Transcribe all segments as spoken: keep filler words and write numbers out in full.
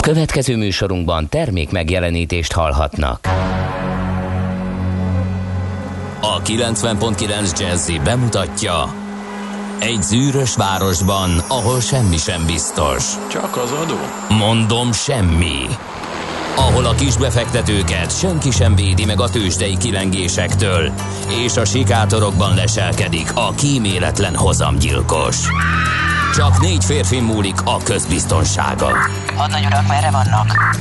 Következő műsorunkban termék megjelenítést hallhatnak. A kilencven pont kilenc Jazzy bemutatja: egy zűrös városban, ahol semmi sem biztos. Csak az adó? Mondom, semmi. Ahol a kisbefektetőket senki sem védi meg a tőzsdei kilengésektől, és a sikátorokban leselkedik a kíméletlen hozamgyilkos. Csak négy férfi múlik a közbiztonsága. Hadnagy urak, merre vannak?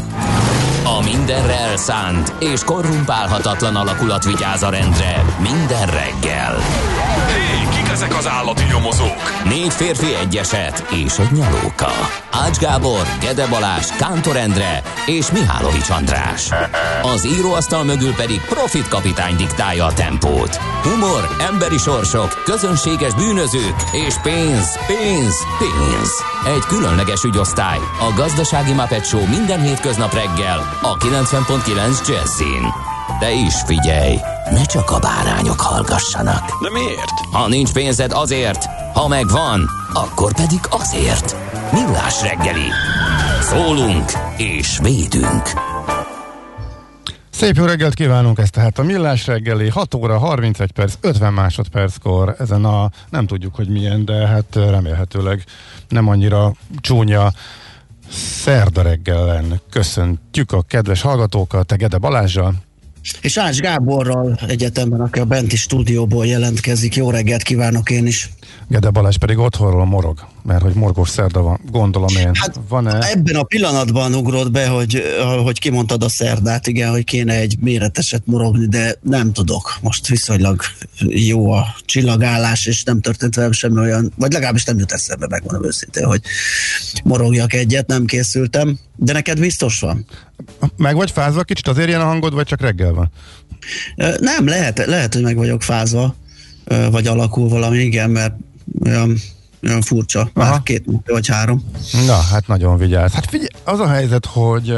A mindenre elszánt és korrumpálhatatlan alakulat vigyáz a rendre minden reggel. Hé, kik ezek az állati nyomozók? Négy férfi, egy eset és egy nyalóka. Ács Gábor, Gede Balázs, Kántor Endre és Mihálovics András. Az íróasztal mögül pedig Profit kapitány diktálja a tempót. Humor, emberi sorsok, közönséges bűnözők és pénz, pénz, pénz. Egy különleges ügyosztály, a Gazdasági Muppet Show minden hétköznap reggel a kilencven pont kilenc Jazzyn. De is figyelj, ne csak a bárányok hallgassanak. De miért? Ha nincs pénzed, azért, ha megvan, akkor pedig azért. Millás reggeli. Szólunk és védünk. Szép jó reggelt kívánunk, ez tehát a Millás reggeli, hat óra harmincegy perc, ötven másodperckor, ezen a nem tudjuk, hogy milyen, de hát remélhetőleg nem annyira csúnya szerda reggelen köszöntjük a kedves hallgatókat, te Gede Balázsral. És Ács Gáborral egyetemben, aki a benti stúdióból jelentkezik. Jó reggelt kívánok én is. Gede Balázs pedig otthonról morog, mert hogy morgós szerda van, gondolom én. Hát van-e? Ebben a pillanatban ugrott be, hogy, hogy kimondtad a szerdát, igen, hogy kéne egy méreteset morogni, de nem tudok. Most viszonylag jó a csillagállás, és nem történt velem semmi olyan, vagy legalábbis nem jut eszembe, megmondom őszintén, hogy morogjak egyet, nem készültem. De neked biztos van? Meg vagy fázva kicsit, azért ilyen a hangod, vagy csak reggel van? Nem, lehet, lehet, hogy meg vagyok fázva, vagy alakul valami, igen, mert olyan, olyan furcsa, már Aha. két napja vagy három. Na, hát nagyon vigyázz. Hát figyelj, az a helyzet, hogy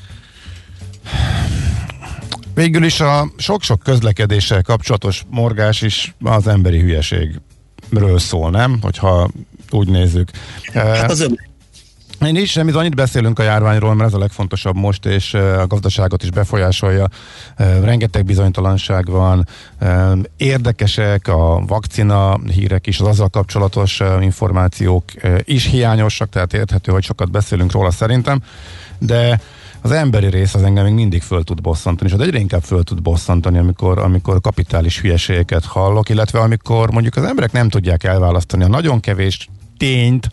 végül is a sok-sok közlekedéssel kapcsolatos morgás is az emberi hülyeségről szól, nem? Hogyha úgy nézzük. Hát az ön... Én is semmi, annyit beszélünk a járványról, mert ez a legfontosabb most, és a gazdaságot is befolyásolja. Rengeteg bizonytalanság van, érdekesek a vakcina hírek is, az azzal kapcsolatos információk is hiányosak, tehát érthető, hogy sokat beszélünk róla szerintem, de az emberi rész az engem még mindig föl tud bosszantani, és az egyre inkább föl tud bosszantani, amikor, amikor kapitális hülyeségeket hallok, illetve amikor mondjuk az emberek nem tudják elválasztani a nagyon kevés tényt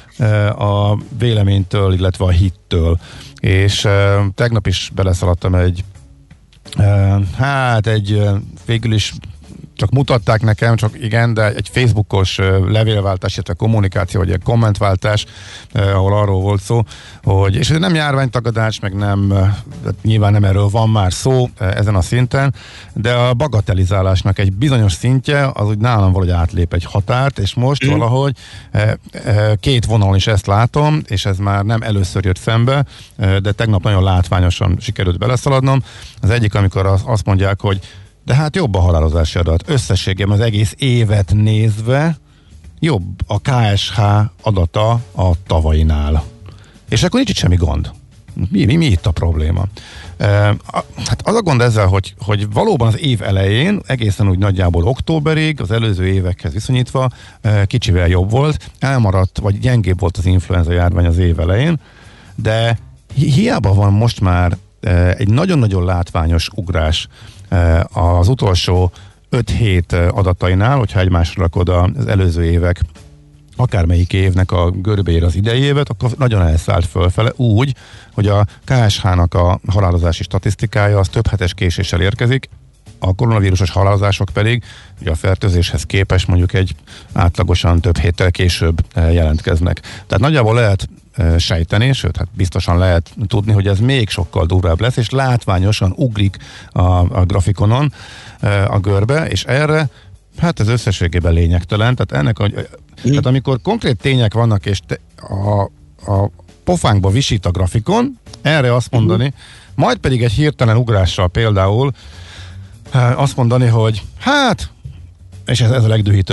a véleménytől, illetve a hittől. És uh, tegnap is beleszaladtam egy uh, hát egy uh, végül is csak mutatták nekem, csak igen, de egy Facebookos uh, levélváltás, illetve kommunikáció, vagy egy kommentváltás, uh, ahol arról volt szó, hogy, és ez nem járványtagadás, meg nem, uh, nyilván nem erről van már szó uh, ezen a szinten, de a bagatelizálásnak egy bizonyos szintje, az úgy nálam valahogy átlép egy határt, és most mm. valahogy uh, uh, két vonalon is ezt látom, és ez már nem először jött szembe, uh, de tegnap nagyon látványosan sikerült beleszaladnom. Az egyik, amikor az, azt mondják, hogy de hát jobb a halálozási adat. Összességében az egész évet nézve jobb a ká es há adata a tavainál. És akkor nincs itt semmi gond. Mi, mi, mi itt a probléma? E, a, hát az a gond ezzel, hogy, hogy valóban az év elején, egészen úgy nagyjából októberig, az előző évekhez viszonyítva e, kicsivel jobb volt, elmaradt, vagy gyengébb volt az influenza járvány az év elején, de hi- hiába van most már e, egy nagyon-nagyon látványos ugrás az utolsó öt hét adatainál, hogyha egymásra rakod az előző évek, akármelyik évnek a görbéért az idei évet, akkor nagyon elszállt fölfele úgy, hogy a ká es há-nak a halálozási statisztikája az több hetes késéssel érkezik, a koronavírusos halálozások pedig ugye a fertőzéshez képest mondjuk egy átlagosan több héttel később jelentkeznek. Tehát nagyjából lehet sejteni, sőt, hát biztosan lehet tudni, hogy ez még sokkal durvább lesz, és látványosan ugrik a, a grafikonon a görbe, és erre hát ez összességében lényegtelen. Tehát ennek a, tehát amikor konkrét tények vannak, és te, a, a pofánkba visít a grafikon, erre azt mondani, uh-huh. majd pedig egy hirtelen ugrással például azt mondani, hogy hát, és ez, ez a legdühítőbb,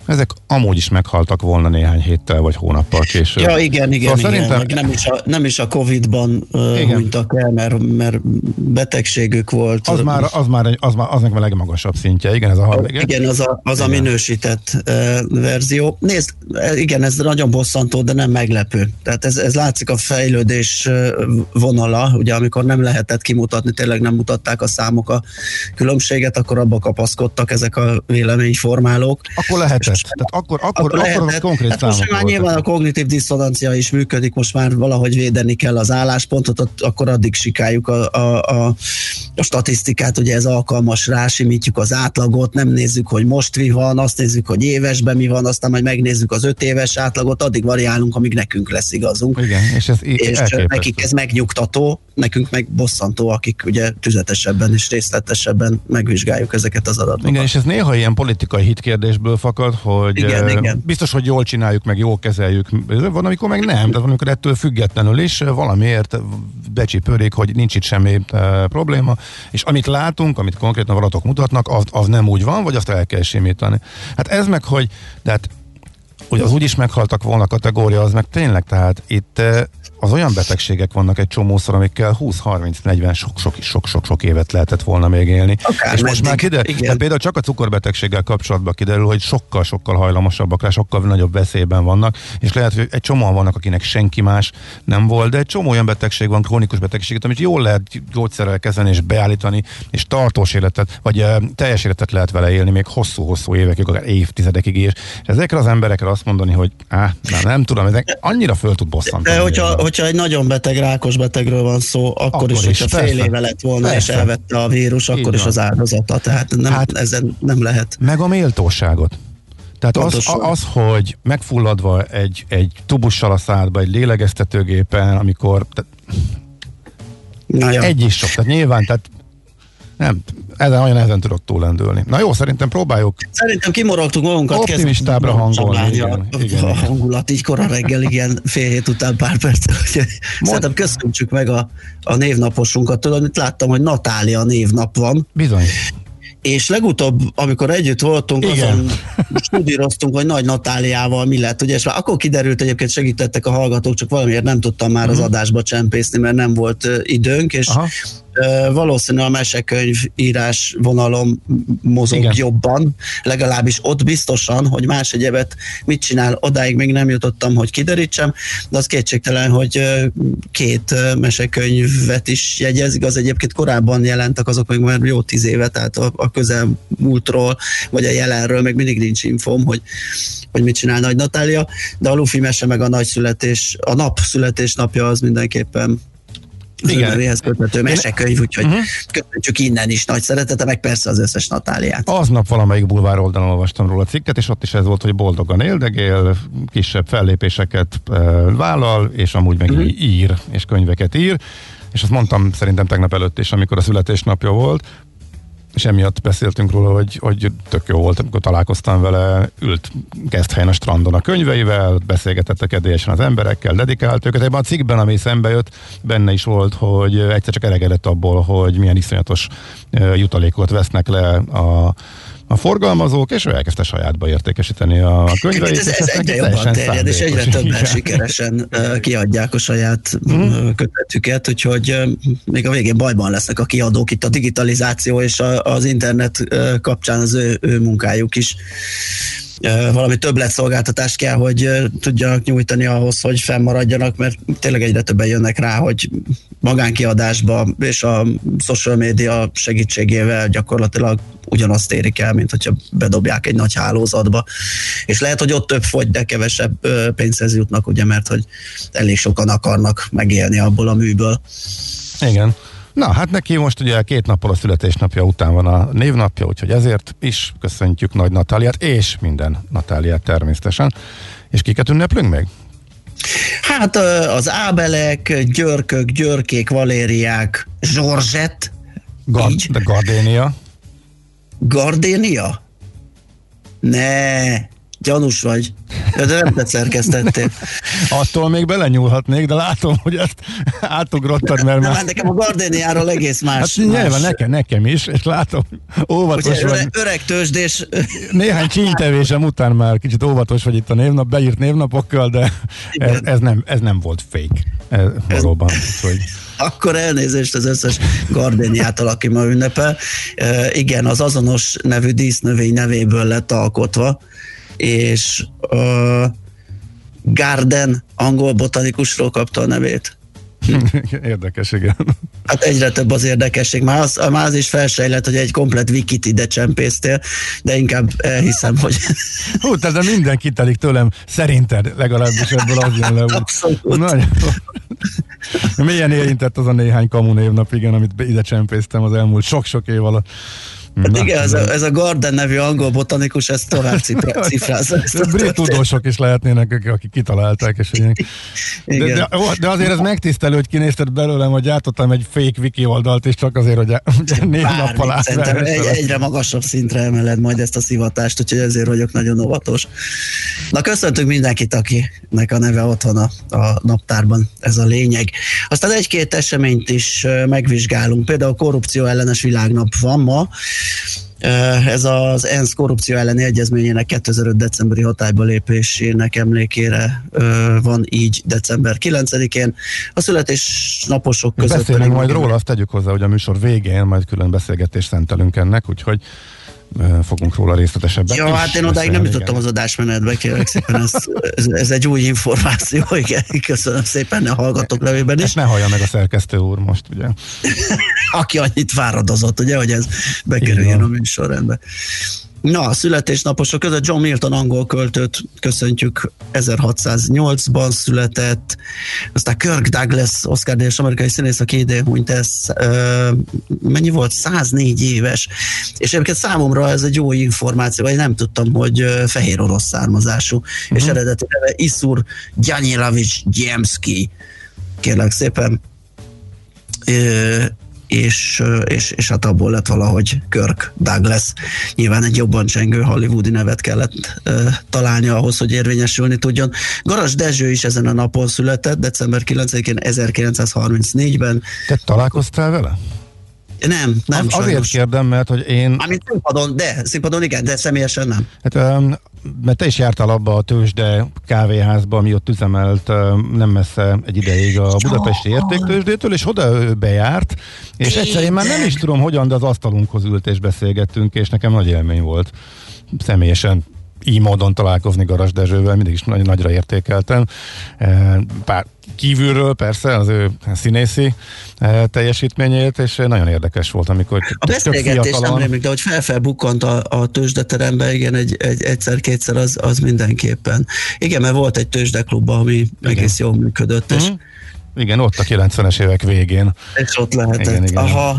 ezek amúgy is meghaltak volna néhány héttel vagy hónappal később. Ja, igen, igen, szóval igen. Szerintem... Nem, is a, nem is a Covid-ban uh, hunytak el, mert, mert betegségük volt. Az már, az már, egy, az már az meg a legmagasabb szintje, igen, ez a harmadik. Igen, az a, az a minősített uh, verzió. Nézd, igen, ez nagyon bosszantó, de nem meglepő. Tehát ez, ez látszik a fejlődés vonala, ugye amikor nem lehetett kimutatni, tényleg nem mutatták a számok a különbséget, akkor abba kapaszkodtak ezek a véleményformálók. Akkor lehetett. Tehát akkor, akkor, akkor, akkor akkor konkrét hát most már nyilván a kognitív disszonancia is működik, most már valahogy védeni kell az álláspontot, ott, akkor addig sikáljuk a, a, a, a statisztikát, ugye ez alkalmas rá, simítjuk az átlagot, nem nézzük, hogy most mi van, azt nézzük, hogy évesben mi van, aztán majd megnézzük az öt éves átlagot, addig variálunk, amíg nekünk lesz igazunk. Igen, és ez és nekik ez megnyugtató, nekünk meg bosszantó, akik ugye tüzetesebben és részletesebben megvizsgáljuk ezeket az adatokat. Igen, és ez néha ilyen politikai hitkérdésből fakad, hogy igen, uh, igen. biztos, hogy jól csináljuk, meg jól kezeljük. Van, amikor meg nem, tehát van, amikor ettől függetlenül is valamiért becsipőrik, hogy nincs itt semmi uh, probléma, és amit látunk, amit konkrétan adatok mutatnak, az, az nem úgy van, vagy azt el kell simítani. Hát ez meg, hogy de hát, hogy az úgyis meghaltak volna kategória, az meg tényleg, tehát itt uh, az olyan betegségek vannak egy csomószor, amikkel húsz harminc negyven sok-sok-sok évet lehetett volna még élni. Akár és most már kiderül, igen. például csak a cukorbetegséggel kapcsolatban kiderül, hogy sokkal-sokkal hajlamosabbak rá, sokkal nagyobb veszélyben vannak, és lehet, hogy egy csomóan vannak, akinek senki más nem volt, de egy csomó olyan betegség van, krónikus betegség, amit jól lehet gyógyszerrel kezelni és beállítani, és tartós életet, vagy uh, teljes életet lehet vele élni, még hosszú-hosszú évekig, akár évtizedekig is. És ezekre az emberekre azt mondani, hogy áh, nem, nem tudom, ezek annyira föl tud bosszantani. De hogyha, hogyha egy nagyon beteg, rákos betegről van szó, akkor, akkor is, hogyha persze. fél éve lett volna, persze. és elvette a vírus, akkor is az áldozata. Tehát nem, hát, ezen nem lehet. Meg a méltóságot. Tehát az, az, hogy megfulladva egy, egy tubussal a szádba, egy lélegeztetőgépen, amikor ja. egy is sok. Tehát nyilván, tehát nem, ezen olyan nehezen tudok túlendülni. Na jó, szerintem próbáljuk. Szerintem kimorogtuk magunkat. Optimistábbra hangolni. Igen, a, igen, a hangulat így korai reggel, igen, fél hét után pár perccel. Szerintem köszöntsük meg a, a névnaposunkat. Tudod, itt láttam, hogy Natália névnap van. Bizony. És legutóbb, amikor együtt voltunk, igen. azon studíroztunk, hogy Nagy Natáliával mi lett, ugye, és már akkor kiderült, egyébként segítettek a hallgatók, csak valamiért nem tudtam már uh-huh. az adásba csempészni, mert nem volt uh, időnk, és uh, valószínűleg a mesekönyv írás vonalon mozog igen. jobban, legalábbis ott biztosan, hogy más egyebet mit csinál, odáig még nem jutottam, hogy kiderítsem, de az kétségtelen, hogy uh, két uh, mesekönyvet is jegyezik, az egyébként korábban jelentek, azok még már jó tíz éve, tehát a, a közelmúltról, vagy a jelenről még mindig nincs infóm, hogy, hogy mit csinál Nagy Natália, de a Lufi mese meg a nagy születés, a nap születésnapja az mindenképpen filmhez köthető mesekönyv, úgyhogy uh-huh. köszönjük innen is nagy szeretete, meg persze az összes Natáliát. Aznap valamelyik bulvár oldalon olvastam róla cikket, és ott is ez volt, hogy boldogan éldegél, kisebb fellépéseket e, vállal, és amúgy meg uh-huh. ír, és könyveket ír, és azt mondtam szerintem tegnap előtt is, amikor a születésnapja volt, és emiatt beszéltünk róla, hogy, hogy tök jó volt, amikor találkoztam vele, ült Keszthelyen a strandon a könyveivel, beszélgetett kedélyesen az emberekkel, dedikált őket. Ebben a cikkben, ami szembe jött, benne is volt, hogy egyszer csak elegedett abból, hogy milyen iszonyatos jutalékot vesznek le a a forgalmazók, és ő elkezdte sajátba értékesíteni a könyveit. Ez, ez egyre jobban terjed, és egyre többen igen. sikeresen uh, kiadják a saját uh, kötetüket, úgyhogy uh, még a végén bajban lesznek a kiadók. Itt a digitalizáció és a, az internet uh, kapcsán az ő, ő munkájuk is Uh, valami többletszolgáltatást kell, hogy uh, tudjanak nyújtani ahhoz, hogy fennmaradjanak, mert tényleg egyre többen jönnek rá, hogy magánkiadásba és a social media segítségével gyakorlatilag ugyanazt érik el, mint hogyha bedobják egy nagy hálózatba. És lehet, hogy ott több fogy, de kevesebb uh, pénzhez jutnak, ugye, mert hogy elég sokan akarnak megélni abból a műből. Igen. Na, hát neki most ugye két nappal a születésnapja után van a névnapja, úgyhogy ezért is köszöntjük Nagy Natáliát, és minden Natáliát természetesen. És kiket ünneplünk még? Hát az Ábelek, Györkök, Györkék, Valériák, Zsorzsett. Gard- de Gardénia? Gardénia? Ne, gyanús vagy. De nem te szerkesztettél. Attól még belenyúlhatnék, de látom, hogy ezt átugrottad, mert nem, már... nekem a Gardéniáról egész más. Hát nyilván más. Nekem, nekem is, és látom, óvatos Ugye, vagy. öreg, öreg tőzsdés. Néhány csínytevésem után már kicsit óvatos vagy itt a névnap, beírt névnapokkal, de ez, ez, nem, ez nem volt fake. Ez, valóban. Hogy... Akkor elnézést az összes Gardéniától, aki ma ünnepel. E, igen, az azonos nevű dísznövény nevéből lett alkotva, és uh, Garden angol botanikusról kapta a nevét. Érdekes, igen. Hát egyre több az érdekesség. Már az, már az is felsejlett, hogy egy komplet wikit ide csempésztél, de inkább elhiszem, hogy... Hú, de minden kitelik tőlem, szerinted legalábbis ebből az jön le. Abszolút. Nagyon. Milyen érintett az a néhány kamu névnap, igen, amit ide csempésztem az elmúlt sok-sok év alatt. Hát na, igen, ez a, ez a Garden nevű angol botanikus, ezt tovább cifrázza. Brit tudósok is lehetnének, akik kitalálták. És de, de, de azért ez megtisztelő, hogy kinézted belőlem, hogy gyártottam egy fake wiki oldalt, és csak azért, hogy négy nappal átverhessem. Egy, egyre magasabb szintre emeled majd ezt a szivatást, úgyhogy ezért vagyok nagyon óvatos. Na, köszöntünk mindenkit, akinek a neve ott van a, a naptárban, ez a lényeg. Aztán egy-két eseményt is megvizsgálunk, például a korrupció ellenes világnap van ma. Ez az ENSZ korrupció elleni egyezményének kétezer-öt decemberi hatályba lépésének emlékére van így december kilencedikén. A születésnaposok között... Beszélünk majd róla, azt tegyük hozzá, hogy a műsor végén majd külön beszélgetést szentelünk ennek, úgyhogy fogunk róla részletesebben. Ja, hát én odáig nem jutottam az adásmenetbe, kérlek szépen, ez, ez, ez egy új információ, igen, köszönöm szépen, ne hallgatok levében is. Ezt ne hallja meg a szerkesztő úr most, ugye. Aki annyit fáradozott, ugye, hogy ez bekerüljön a műsorrendbe. Na, a születésnaposok között John Milton angol költőt köszöntjük, ezerhatszáznyolcban született, aztán Kirk Douglas, Oscar-díjas amerikai színész, aki idén hunyt, ez uh, mennyi volt? száznégy éves. És egyébként számomra ez egy jó információ, vagy nem tudtam, hogy uh, fehér orosz származású, uh-huh. és eredeti neve Iszur Gyanilavics Gyemszky. Kérlek szépen. Uh, És, és, és hát abból lett valahogy Kirk Douglas. Nyilván egy jobban csengő hollywoodi nevet kellett uh, találni ahhoz, hogy érvényesülni tudjon. Garas Dezső is ezen a napon született, december kilencedikén ezerkilencszázharmincnégyben. Te találkoztál vele? Nem, nem. Az, azért kérdem, mert hogy én... Amit színpadon, de, színpadon igen, de személyesen nem. Hát, um, mert te is jártál abba a tőzsde kávéházba, ami ott üzemelt um, nem messze egy ideig a budapesti értéktőzsdétől, és oda ő bejárt, és egyszer én már nem is tudom hogyan, de az asztalunkhoz ült és beszélgettünk, és nekem nagy élmény volt személyesen így módon találkozni Garas Dezsővel, mindig is nagyon nagyra értékeltem. Pár kívülről persze az ő színészi teljesítményét, és nagyon érdekes volt, amikor a beszélgetés nem rémlik, de hogy felfelbukkant a, a tőzsdeterembe, igen, egy, egy, egyszer-kétszer az, az mindenképpen. Igen, mert volt egy tőzsdeklub, ami igen. egész jól működött. És mm-hmm. Igen, ott a kilencvenes évek végén. És ott lehetett. Igen, igen. Aha.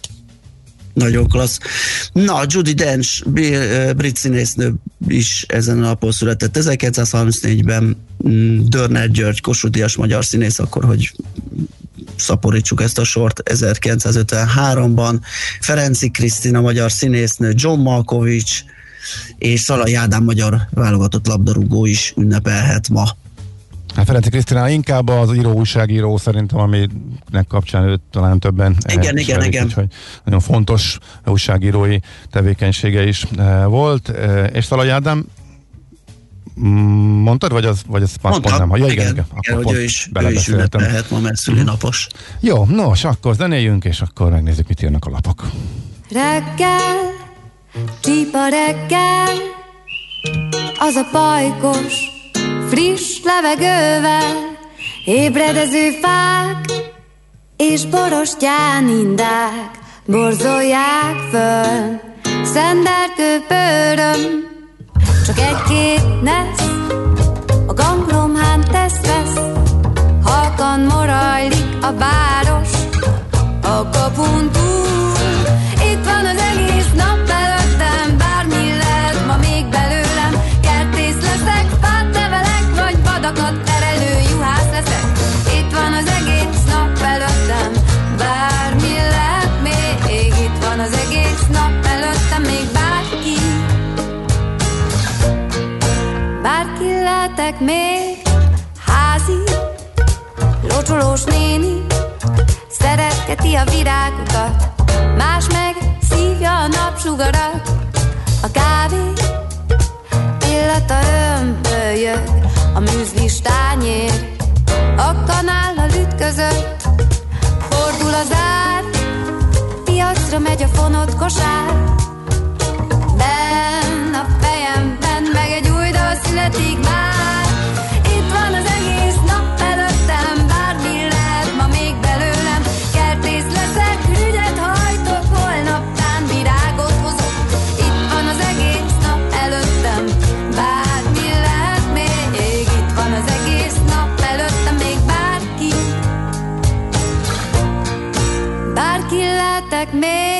Nagyon klassz. Na, Judi Dench, brit színésznő is ezen a napon született. ezerkilencszázharmincnégyben Dörner György, Kossuth Díjas magyar színész, akkor, hogy szaporítsuk ezt a sort, ezerkilencszázötvenháromban Ferenci Krisztina magyar színésznő, John Malkovich és Szalai Ádám magyar válogatott labdarúgó is ünnepelhet ma. Hát Ferenci Krisztina inkább az író, újságíró szerintem, aminek kapcsán őt talán többen igen, igen, igen. Úgyhogy nagyon fontos újságírói tevékenysége is volt. És Szalai Ádám mondtad, vagy az, vagy az pont nem? Ja, igen, igen, igen. igen hogy ő is, ő is ünnepelhet ma, mert szülinapos. Jó, nos, akkor zenéljünk, és akkor megnézzük, mit írnak a lapok. Reggel, csípa reggel, az a pajkos, friss levegővel, ébredező fák és borostyán indák borzolják föl szenderkő pöröm. Csak egy-két nesz, a ganglomhán tesz-vesz, halkan morajlik a város a kapun túl. Itt van az egész nap előttem, bármi lehet ma még belőlem. Kertész leszek, fát nevelek, vagy vadakat terelő juhász leszek. Itt van az egész nap előttem, bármi lehet még. Itt van az egész nap előttem, még bárki. Bárki lehet lehetek még házi, locsolós néni, szeretgeti a virágokat, más meg szívja a napsugarat. A kávé illata ömbölyög, a műzlis tányér a kanállal ütközött. Fordul az ár, piacra megy a fonott kosár. Benn a fejemben meg egy új dal születik már. Itt van az egész nap előttem, bármi lehet ma még belőlem. Kertész leszek, rügyet hajtok, holnaptán virágot hozok. Itt van az egész nap előttem, bármi lehet még. Itt van az egész nap előttem, még bárki. Bárki lehetek még.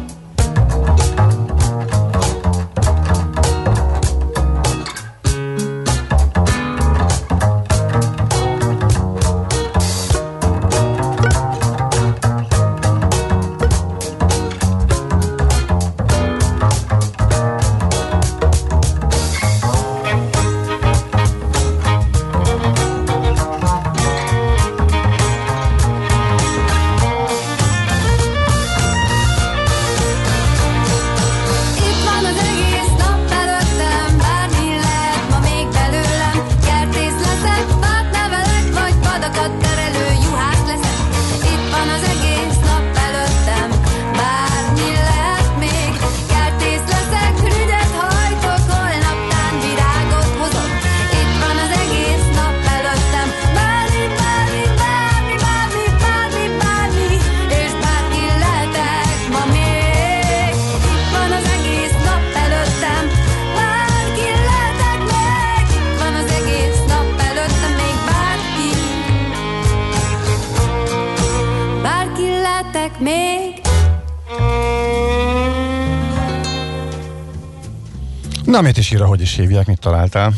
Na, miért is írja, hogy is hívják, mit találtál?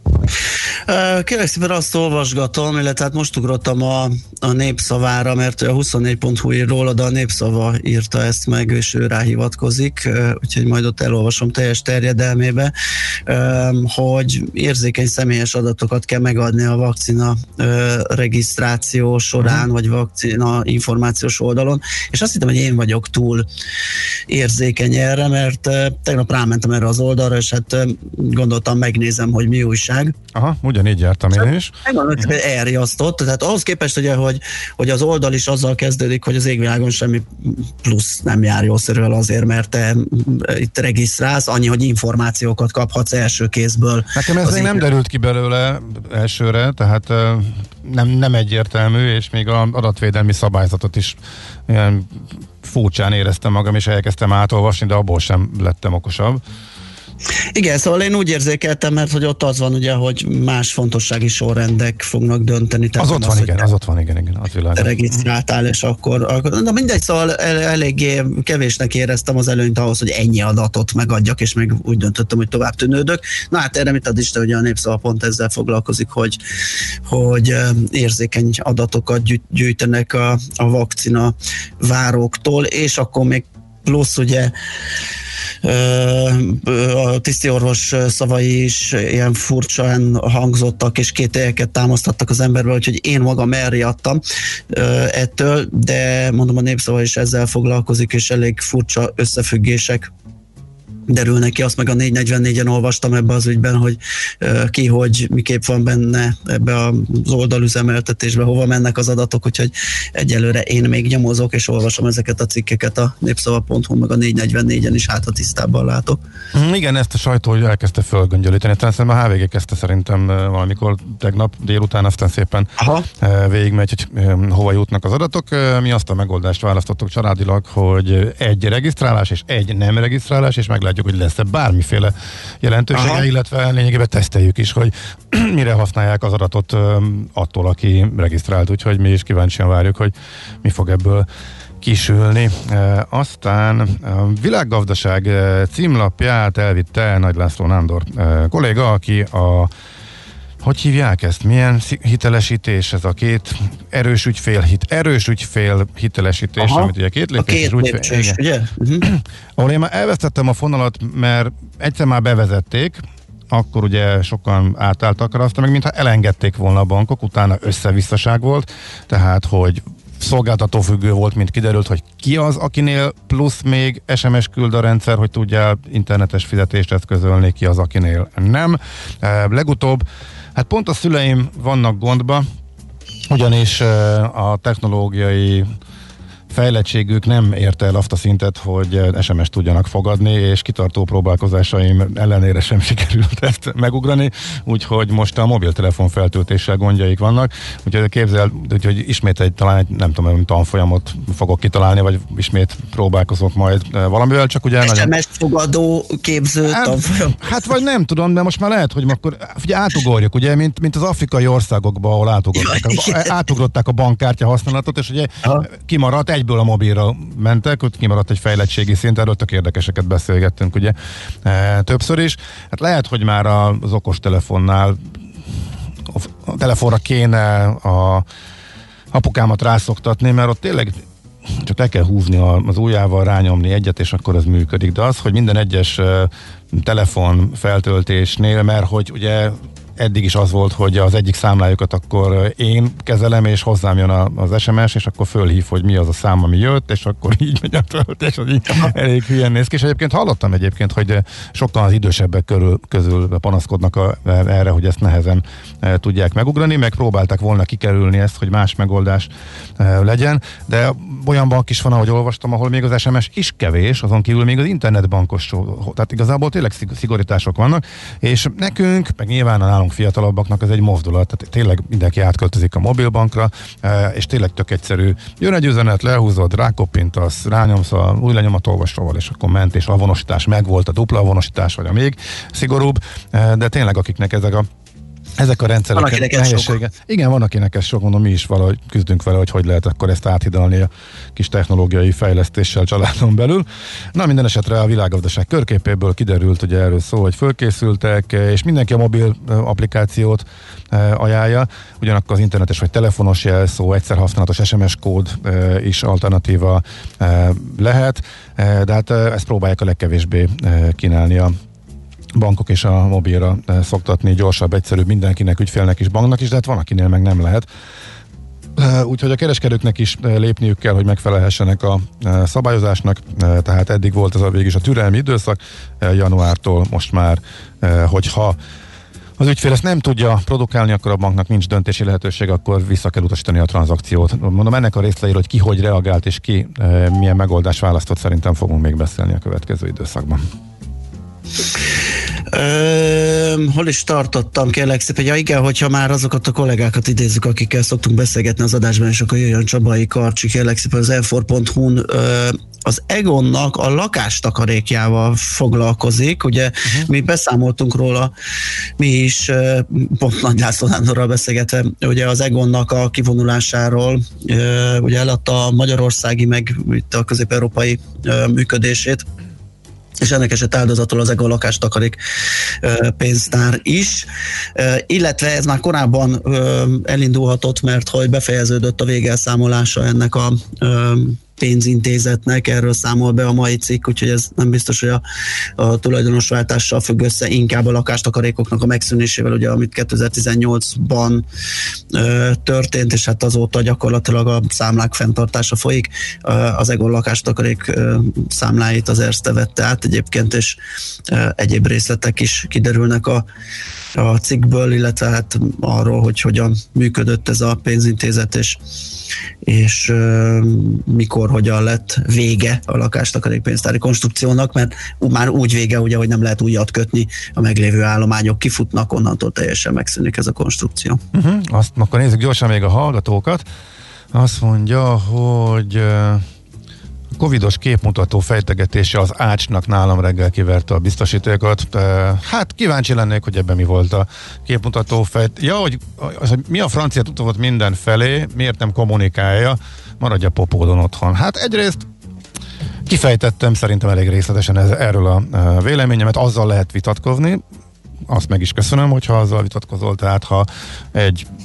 Kérlek szépen azt olvasgatom, illetve hát most ugrottam a, a Népszavára, mert a huszonnégy pont hu ír róla, de a Népszava írta ezt meg, és ő ráhivatkozik, úgyhogy majd ott elolvasom teljes terjedelmébe, hogy érzékeny személyes adatokat kell megadni a vakcina regisztráció során, vagy vakcina információs oldalon, és azt hittem, hogy én vagyok túl érzékeny erre, mert tegnap rámentem erre az oldalra, és hát gondoltam, megnézem, hogy mi újság. Aha, ugyanígy jártam én is. Megmondom, hogy elriasztott, tehát ahhoz képest, ugye, hogy, hogy az oldal is azzal kezdődik, hogy az égvilágon semmi plusz nem jár jószerűen azért, mert te itt regisztrálsz, annyi, hogy információkat kaphatsz első kézből. Nekem ez még nem derült ki belőle elsőre, tehát nem, nem egyértelmű, és még az adatvédelmi szabályzatot is ilyen furcsán éreztem magam, és elkezdtem átolvasni, de abból sem lettem okosabb. Igen, szóval én úgy érzékeltem, mert hogy ott az van ugye, hogy más fontossági sorrendek fognak dönteni. Az ott van, igen, az ott van, igen, igen, az világos. Regisztráltál, és akkor, akkor na mindegy, szóval el, eléggé kevésnek éreztem az előnyt ahhoz, hogy ennyi adatot megadjak, és még úgy döntöttem, hogy tovább tűnődök. Na hát erre mit ad Isten, hogy a Népszava pont ezzel foglalkozik, hogy, hogy érzékeny adatokat gyűjtenek a, a vakcina váróktól, és akkor még plusz ugye a tisztiorvos szavai is ilyen furcsán hangzottak, és kételyeket támasztattak az emberből, úgyhogy én magam elriadtam ettől, de mondom, a Népszava is ezzel foglalkozik, és elég furcsa összefüggések derülnek ki, azt meg a négy negyvennégyen olvastam ebbe az ügyben, hogy uh, ki, hogy miképp van benne ebbe az oldalüzemeltetésbe, hova mennek az adatok, úgyhogy egyelőre én még nyomozok, és olvasom ezeket a cikkeket a népszava pont hu, meg a négy negyvennégyen is, hát ha tisztában látok. Mm, igen, ezt a sajtó elkezdte fölgöngyölíteni, aztán a há vé gé kezdte szerintem valamikor tegnap délután, aztán szépen Aha. végigmegy, hogy hova jutnak az adatok. Mi azt a megoldást választottuk családilag, hogy egy regisztrálás és egy nem regisztrálás, és meglátjuk, hogy lesz-e bármiféle jelentősége, Aha. illetve lényegében teszteljük is, hogy mire használják az adatot attól, aki regisztrált, úgyhogy mi is kíváncsian várjuk, hogy mi fog ebből kisülni. E, aztán a Világgazdaság címlapját elvitte Nagy László Nándor e, kolléga, aki a hogy hívják ezt? Milyen hitelesítés ez a két erős ügyfél, hit, erős ügyfél hitelesítés, Aha. amit ugye két lépés. A két lépcsős, ugye? Uh-huh. Ahol én már elvesztettem a fonalat, mert egyszer már bevezették akkor ugye sokan átálltak rá, aztán meg mintha elengedték volna a bankok, utána összevisszaság volt, tehát hogy szolgáltató függő volt, mint kiderült, hogy ki az, akinél plusz még es em es küld a rendszer, hogy tudjál internetes fizetést eszközölni, ki az, akinél nem. E, legutóbb, hát pont a szüleim vannak gondba, ugyanis e, a technológiai fejlettségük nem érte el azt a szintet, hogy es em es tudjanak fogadni, és kitartó próbálkozásaim ellenére sem sikerült ezt megugrani, úgyhogy most a mobiltelefon feltöltéssel gondjaik vannak, úgyhogy képzel, úgyhogy ismét egy, talán egy, nem tudom, tanfolyamot fogok kitalálni, vagy ismét próbálkozok majd valamivel, csak ugye... es em es fogadó képző hát, tanfolyam. Hát vagy nem tudom, de most már lehet, hogy akkor ugye átugorjuk, ugye, mint, mint az afrikai országokban, ahol átugrották, ja, a, átugrották a bankkártya használatot, és ugye ha. kimaradt egy egyből a mobilra mentek, ott kimaradt egy fejlettségi szint, erről tök érdekeseket beszélgettünk ugye e, többször is. Hát lehet, hogy már az okostelefonnál a telefonra kéne a apukámat rászoktatni, mert ott tényleg csak el kell húzni az ujjával, rányomni egyet, és akkor az működik. De az, hogy minden egyes telefon feltöltésnél, mert hogy ugye eddig is az volt, hogy az egyik számlájukat akkor én kezelem, és hozzám jön az es em es, és akkor fölhív, hogy mi az a szám, ami jött, és akkor így megy a töltés, az így elég hülyen néz ki. És egyébként hallottam egyébként, hogy sokan az idősebbek körül, közül panaszkodnak a, erre, hogy ezt nehezen e, tudják megugrani, meg próbálták volna kikerülni ezt, hogy más megoldás e, legyen, de olyan bank is van, ahogy olvastam, ahol még az es em es is kevés, azon kívül még az internetbankos, tehát igazából tényleg szigorítások vannak, és nekünk, meg nyilván a fiatalabbaknak ez egy mozdulat, tehát tényleg mindenki átköltözik a mobilbankra, és tényleg tök egyszerű. Jön egy üzenet, lehúzod, rákoppintasz, rányomsz a új lenyomatolvasóval, és akkor ment, és a vonosítás megvolt, a dupla vonosítás, vagy a még szigorúbb, de tényleg akiknek ezek a Ezek a rendszerek nehézsége. Igen, van akinek ez sok, mondom, mi is valahogy küzdünk vele, hogy hogy lehet akkor ezt áthidalni a kis technológiai fejlesztéssel családon belül. Na, minden esetre a világgazdaság körképéből kiderült, hogy erről szó, hogy fölkészültek, és mindenki a mobil applikációt ajánlja, ugyanakkor az internetes vagy telefonos jelszó, egyszer használatos es em es kód is alternatíva lehet, de hát ezt próbálják a legkevésbé kínálni a bankok és a mobilra szoktatni, gyorsabb, egyszerűbb mindenkinek, ügyfélnek is, banknak is, de hát van, akinél meg nem lehet. Úgyhogy a kereskedőknek is lépniük kell, hogy megfelelhessenek a szabályozásnak, tehát eddig volt ez a végig is a türelmi időszak, januártól most már, hogyha az ügyfél ezt nem tudja produkálni, akkor a banknak nincs döntési lehetőség, akkor vissza kell utasítani a tranzakciót. Mondom, ennek a részleiről, hogy ki hogy reagált és ki milyen megoldást választott, szerintem fogunk még beszélni a következő időszakban. Ö, hol is tartottam, kérlek szépen, ja igen, hogyha már azokat a kollégákat idézzük, akikkel szoktunk beszélgetni az adásban, és akkor jöjjön Csabai Karcsi, kérlek szépen az elfor pont hu-n ö, az Egonnak a lakástakarékjával foglalkozik, ugye uh-huh. mi beszámoltunk róla, mi is pont Nagy László Nándorral beszélgetve, ugye az Egonnak a kivonulásáról, ugye eladta a magyarországi, meg itt a közép-európai működését, és ennek esett áldozatul az Egon lakástakarék pénztár is, illetve ez már korábban elindulhatott, mert hogy befejeződött a végelszámolása ennek a pénzintézetnek, erről számol be a mai cikk, úgyhogy ez nem biztos, hogy a, a tulajdonosváltással függ össze, inkább a lakástakarékoknak a megszűnésével, ugye, amit kétezer-tizennyolcban ö, történt, és hát azóta gyakorlatilag a számlák fenntartása folyik. Az Egon lakástakarék ö, számláit az Erste vette át egyébként, és ö, egyéb részletek is kiderülnek a a cikkből, illetve hát arról, hogy hogyan működött ez a pénzintézet, és, és uh, mikor, hogyan lett vége a lakástakarékpénztári konstrukciónak, mert már úgy vége, ugye, hogy nem lehet újat kötni, a meglévő állományok kifutnak, onnantól teljesen megszűnik ez a konstrukció. Uh-huh. Azt akkor nézzük gyorsan még a hallgatókat. Azt mondja, hogy uh... covidos képmutató fejtegetése az Ácsnak nálam reggel kiverte a biztosítékot. Hát kíváncsi lennék, hogy ebben mi volt a képmutató fejt. Ja, hogy az, hogy mi a francia tudott minden felé, miért nem kommunikálja, maradja popódon otthon. Hát egyrészt kifejtettem szerintem elég részletesen ez, erről a véleményemet, azzal lehet vitatkozni, azt meg is köszönöm, hogyha azzal vitatkozol, tehát ha egy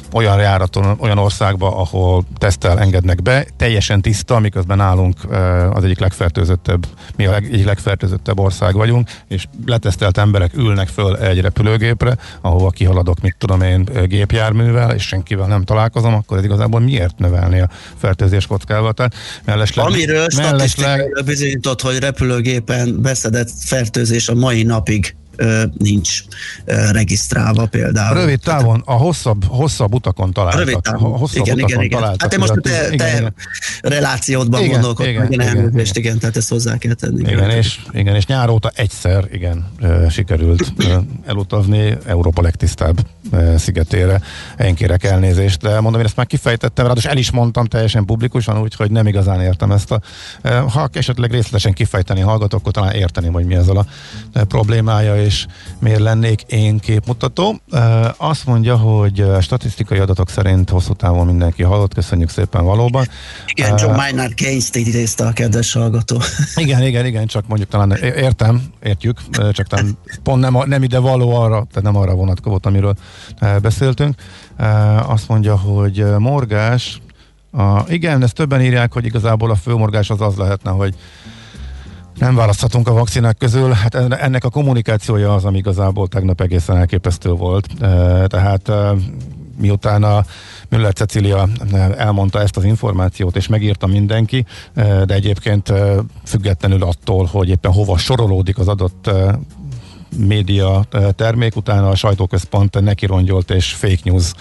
olyan járaton, olyan országba, ahol tesztel engednek be, teljesen tiszta, miközben nálunk az egyik legfertőzöttebb, mi a egyik legfertőzöttebb ország vagyunk, és letesztelt emberek ülnek föl egy repülőgépre, ahova kihaladok, mit tudom én, gépjárművel, és senkivel nem találkozom, akkor ez igazából miért növelni a fertőzés kockázatát? Mellesleg, Amiről mellesleg, statisztikailag bizonyított, hogy repülőgépen beszedett fertőzés a mai napig ö, nincs ö, regisztrálva például. Rövid távon, a hosszabb, hosszabb utakon találtak. Rövid távon. Hosszabb igen, utakon igen, igen. találtak. Hát én most te, igen, te igen. relációdban Igen, gondolkodtam, igen, igen, igen, elnézést, igen. igen, tehát ezt hozzá kell tenni. Igen, és, igen, és nyár óta egyszer, igen, sikerült elutazni Európa legtisztább szigetére. Én kérek elnézést, de mondom, én ezt már kifejtettem, ráadásul el is mondtam teljesen publikusan, úgyhogy nem igazán értem ezt a... Ha esetleg részletesen kifejteni hallgatok, akkor talán érteném, hogy mi ezzel a problémája, és miért lennék én képmutató. Azt mondja, hogy statisztikai adatok szerint hosszú távon mindenki hallott, köszönjük szépen valóban. Igen, John Maynard Keynes-t idézte a kedves hallgató. Igen, igen, igen, csak mondjuk talán értem, értjük, csak talán pont nem, nem ide való arra, tehát nem arra vonatkozott, amiről beszéltünk. Azt mondja, hogy morgás, a, igen, ezt többen írják, hogy igazából a főmorgás az az lehetne, hogy nem választhatunk a vakcinák közül. Hát ennek a kommunikációja az, ami igazából tegnap egészen elképesztő volt. Tehát miután a Müller Cecília elmondta ezt az információt, és megírta mindenki, de egyébként függetlenül attól, hogy éppen hova sorolódik az adott média termék, utána a sajtóközpont nekirongyolt és fake news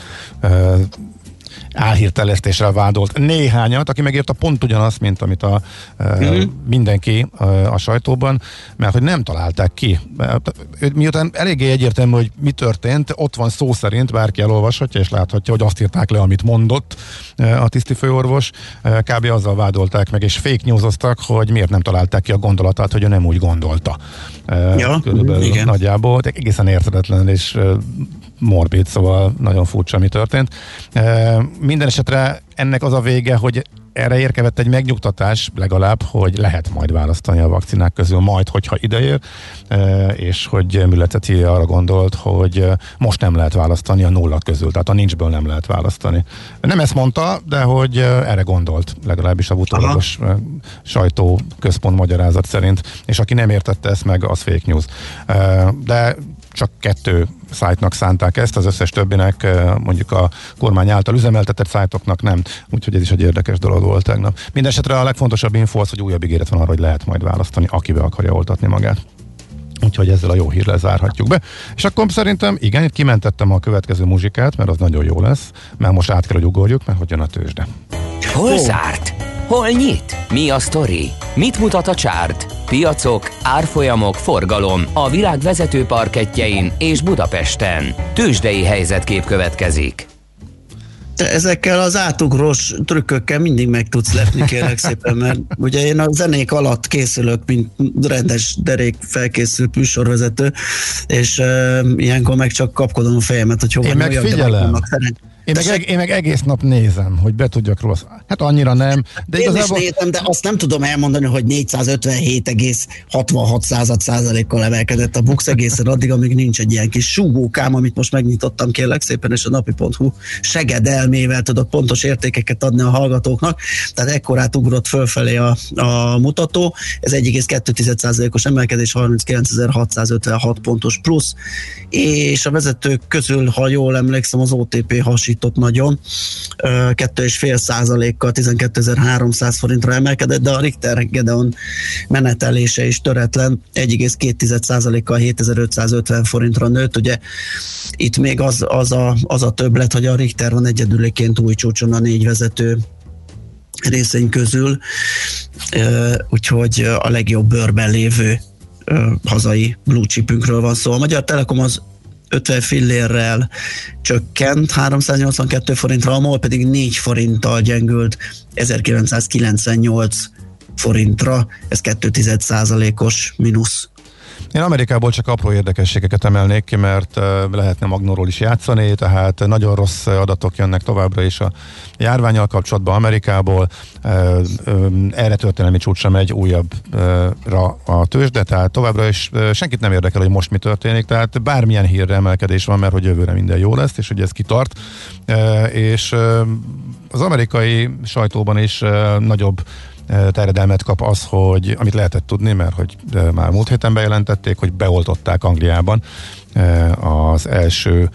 álhírtelesztéssel vádolt néhányat, aki megírta pont ugyanazt, mint amit a, mm-hmm. mindenki a, a sajtóban, mert hogy nem találták ki. Miután eléggé egyértelmű, hogy mi történt, ott van szó szerint, bárki elolvashatja és láthatja, hogy azt írták le, amit mondott a tisztifőorvos, kb. Azzal vádolták meg, és fake newsoztak, hogy miért nem találták ki a gondolatát, hogy ő nem úgy gondolta. Ja, körülbelül igen. Nagyjából, de egészen érthetetlen és morbid, szóval nagyon furcsa, mi történt. E, minden esetre ennek az a vége, hogy erre érkezett egy megnyugtatás legalább, hogy lehet majd választani a vakcinák közül, majd, hogyha ideér, e, és hogy Müller Cecília arra gondolt, hogy most nem lehet választani a nulla közül, tehát a nincsből nem lehet választani. Nem ezt mondta, de hogy erre gondolt, legalábbis a utólagos sajtóközpont magyarázat szerint, és aki nem értette ezt meg, az fake news. E, de csak kettő szájtnak szánták ezt, az összes többinek, mondjuk a kormány által üzemeltetett szájtoknak nem, úgyhogy ez is egy érdekes dolog volt tegnap. Mindenesetre a legfontosabb info az, hogy újabb ígéret van arra, hogy lehet majd választani, akibe akarja oltatni magát. Úgyhogy ezzel a jó hírrel zárhatjuk be. És akkor szerintem, igen, itt kimentettem a következő muzsikát, mert az nagyon jó lesz, mert most át kell, hogy ugorjuk, mert hogy jön a tőzsde. Hol zárt? Hol nyit? Mi a sztori? Mit mutat a csárt? Piacok, árfolyamok, forgalom a világ vezető parkettjein és Budapesten. Tőzsdei helyzetkép következik. Te ezekkel az átugrós trükkökkel mindig meg tudsz lepni, kérlek szépen, mert ugye én a zenék alatt készülök, mint rendes derék felkészült műsorvezető, és uh, ilyenkor meg csak kapkodom a fejemet, hogy hova én meg figyelem. Én meg, eg- én meg egész nap nézem, hogy be tudjak róla. Hát annyira nem. De én igazából... is nézem, de azt nem tudom elmondani, hogy négyszázötvenhét egész hatvanhat százalékkal emelkedett a BUX egészen addig, amíg nincs egy ilyen kis súgókám, amit most megnyitottam, kérlek szépen, és a napi pont hu segedelmével tudok pontos értékeket adni a hallgatóknak. Tehát ekkorát ugrott fölfelé a, a mutató. Ez egy egész kettő százalékos emelkedés, harminckilencezer-hatszázötvenhat pontos plusz, és a vezetők közül, ha jól emlékszem, az o té pé hasít nagyon, kettő egész öt százalékkal tizenkétezer-háromszáz forintra emelkedett, de a Richter Gedeon menetelése is töretlen, egy egész két százalékkal hétezer-ötszázötven forintra nőtt. Ugye itt még az, az, a, az a többlet, hogy a Richter van egyedüliként új csúcson a négy vezető részény közül, úgyhogy a legjobb bőrben lévő hazai blue chipünkről van szó. A Magyar Telekom az ötven fillérrel csökkent háromszáznyolcvankettő forintra, a MOL pedig négy forinttal gyengült ezerkilencszázkilencvennyolc forintra, ez kettő egész egy százalékos mínusz. Én Amerikából csak apró érdekességeket emelnék ki, mert uh, lehetne Magnóról is játszani, tehát nagyon rossz adatok jönnek továbbra is a járvánnyal kapcsolatban Amerikából. Uh, um, erre történelmi csúcsra megy újabbra a tőzsde, tehát továbbra is uh, senkit nem érdekel, hogy most mi történik, tehát bármilyen hírre emelkedés van, mert hogy jövőre minden jó lesz, és hogy ez kitart. Uh, és uh, az amerikai sajtóban is uh, nagyobb terjedelmet kap az, hogy amit lehetett tudni, mert hogy már múlt héten bejelentették, hogy beoltották Angliában az első,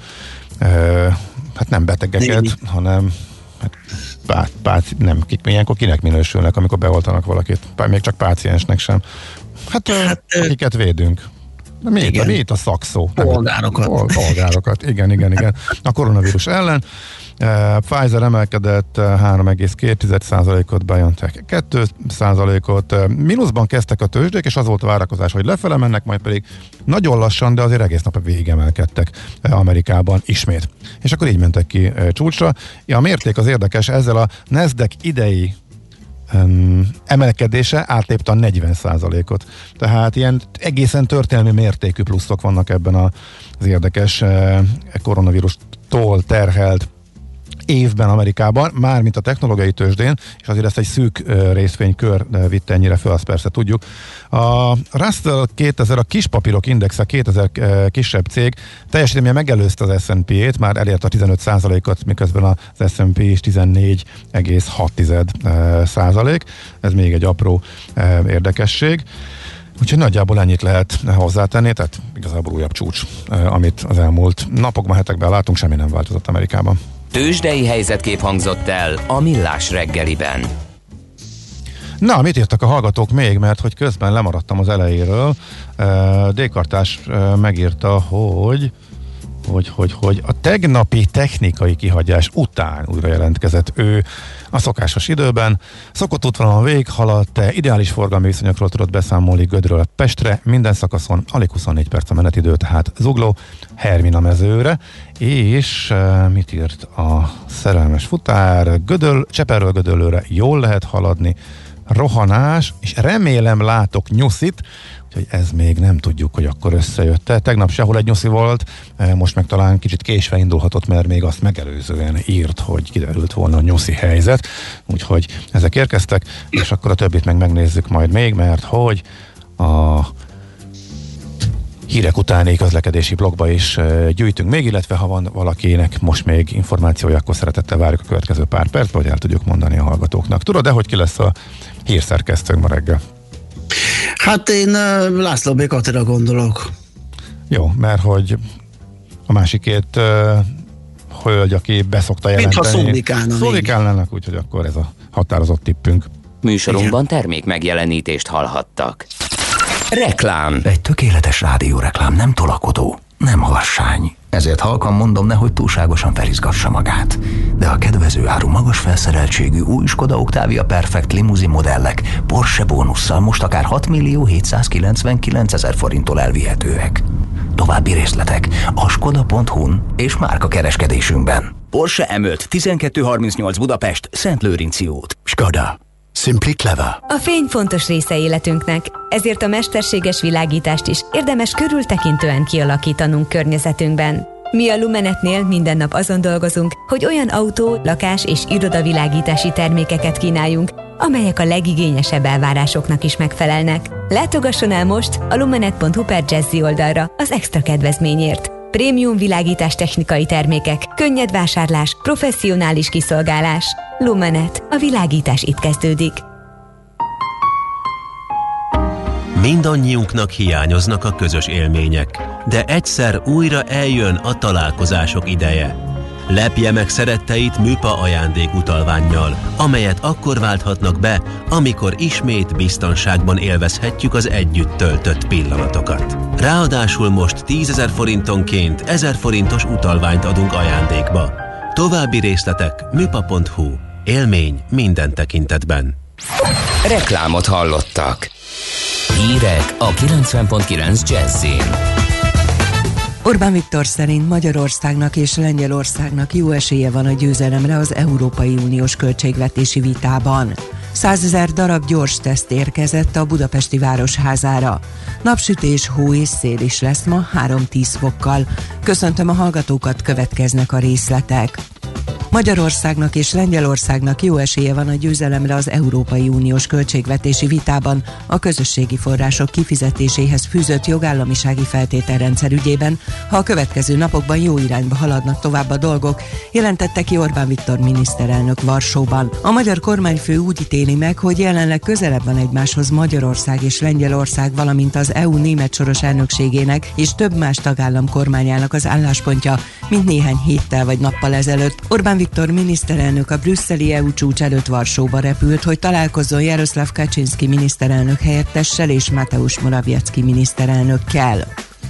hát nem betegeket, Négy. hanem hát, pá, pá, nem, kik, ilyenkor kinek minősülnek, amikor beoltanak valakit, még csak páciensnek sem. Hát, hát akiket védünk. De mi, itt, mi itt a szakszó? Polgárokat. Polgárokat, igen, igen, igen. A koronavírus ellen. Uh, Pfizer emelkedett uh, három egész két százalékot, BioNTech kettő százalékot. Uh, mínuszban kezdtek a tőzsdék, és az volt a várakozás, hogy lefele mennek, majd pedig nagyon lassan, de azért egész nap végig emelkedtek uh, Amerikában ismét. És akkor így mentek ki uh, csúcsra. Ja, a mérték az érdekes, ezzel a Nasdaq idei um, emelkedése átlépte a negyven százalékot. Tehát ilyen egészen történelmi mértékű pluszok vannak ebben a, az érdekes uh, koronavírustól terhelt évben Amerikában, mármint a technológiai tőzsdén, és azért ezt egy szűk uh, részvénykör uh, vitte ennyire föl, azt persze tudjuk. A Russell kétezer, a kispapírok indexe, kétezer uh, kisebb cég teljesítménye megelőzte az es and pé-t, már elérte a tizenöt százalékot, miközben az es and pé is tizennégy egész hat százalék. Ez még egy apró uh, érdekesség. Úgyhogy nagyjából ennyit lehet hozzátenni, tehát igazából újabb csúcs, uh, amit az elmúlt napokban, hetekben látunk, semmi nem változott Amerikában. Tőzsdei helyzetkép hangzott el a Millás reggeliben. Na, mit írtak a hallgatók még, mert hogy közben lemaradtam az elejéről. D-kartás megírta, hogy hogy, hogy, hogy a tegnapi technikai kihagyás után újra jelentkezett ő a szokásos időben. Szokott útvonalon végighaladt, ideális forgalmi viszonyokról tudott beszámolni Gödről Pestre, minden szakaszon alig huszonnégy perc a menetidő, tehát Zugló, Hermina mezőre, és uh, mit írt a szerelmes futár? Gödöl, Cseperről Gödöllőre jól lehet haladni, rohanás, és remélem látok nyuszit, úgyhogy ez még nem tudjuk, hogy akkor összejött-e. Tegnap sehol egy nyuszi volt, most meg talán kicsit késve indulhatott, mert még azt megelőzően írt, hogy kiderült volna a nyuszi helyzet, úgyhogy ezek érkeztek, és akkor a többit meg megnézzük majd még, mert hogy a hírek utáni közlekedési blogba is gyűjtünk még, illetve ha van valakinek most még információja, akkor szeretettel várjuk a következő pár percben, hogy el tudjuk mondani a hallgatóknak. Tudod, de hogy ki lesz a hírszerkesztőnk ma reggel? Hát én uh, László B. Katira gondolok. Jó, mert hogy a másik két uh, hölgy, aki beszokta jelenteni. Mintha szólikálna. Szólikálnának, úgyhogy akkor ez a határozott tippünk. Műsorunkban termék megjelenítést hallhattak. Reklám. Egy tökéletes rádióreklám nem tolakodó, nem harsány. Ezért halkan mondom, nehogy túlságosan felizgassa magát. De a kedvező áru magas felszereltségű új Skoda Octavia Perfect limuzin modellek Porsche bónusszal most akár hat millió hétszázkilencvenkilencezer forinttól elvihetőek. További részletek a skoda pont hu-n és márka kereskedésünkben. Porsche em öt tizenkettő harmincnyolc Budapest, Szentlőrinci út. Skoda. Simply clever. A fény fontos része életünknek, ezért a mesterséges világítást is érdemes körültekintően kialakítanunk környezetünkben. Mi a Lumenetnél minden nap azon dolgozunk, hogy olyan autó, lakás és irodavilágítási termékeket kínáljunk, amelyek a legigényesebb elvárásoknak is megfelelnek. Látogasson el most a lumenet pont hu per jazzy oldalra az extra kedvezményért. Prémium világítás technikai termékek, könnyed vásárlás, professzionális kiszolgálás. Lumenet. A világítás itt kezdődik. Mindannyiunknak hiányoznak a közös élmények, de egyszer újra eljön a találkozások ideje. Lepje meg szeretteit műpa ajándékutalvánnyal, amelyet akkor válthatnak be, amikor ismét biztonságban élvezhetjük az együtt töltött pillanatokat. Ráadásul most tízezer forintonként ezer forintos utalványt adunk ajándékba. További részletek műpa pont hu. Élmény minden tekintetben. Reklámot hallottak. Hírek a kilencven pont kilenc Jazzin. Orbán Viktor szerint Magyarországnak és Lengyelországnak jó esélye van a győzelemre az Európai Uniós költségvetési vitában. Százezer darab gyors teszt érkezett a budapesti Városházára. Napsütés, hó és szél is lesz ma három-tíz fokkal. Köszöntöm a hallgatókat, következnek a részletek. Magyarországnak és Lengyelországnak jó esélye van a győzelemre az Európai Uniós költségvetési vitában a közösségi források kifizetéséhez fűzött jogállamisági feltételrendszer ügyében, ha a következő napokban jó irányba haladnak tovább a dolgok, jelentette ki Orbán Viktor miniszterelnök Varsóban. A magyar kormányfő úgy ítéli meg, hogy jelenleg közelebb van egymáshoz Magyarország és Lengyelország, valamint az é u német soros elnökségének és több más tagállam kormányának az álláspontja, mint néhány héttel vagy nappal ezelőtt. Orbán Viktor miniszterelnök a brüsszeli é u csúcs előtt Varsóba repült, hogy találkozzon Jaroszláv Kaczynszki miniszterelnök helyettessel és Mateusz Morawiecki miniszterelnökkel.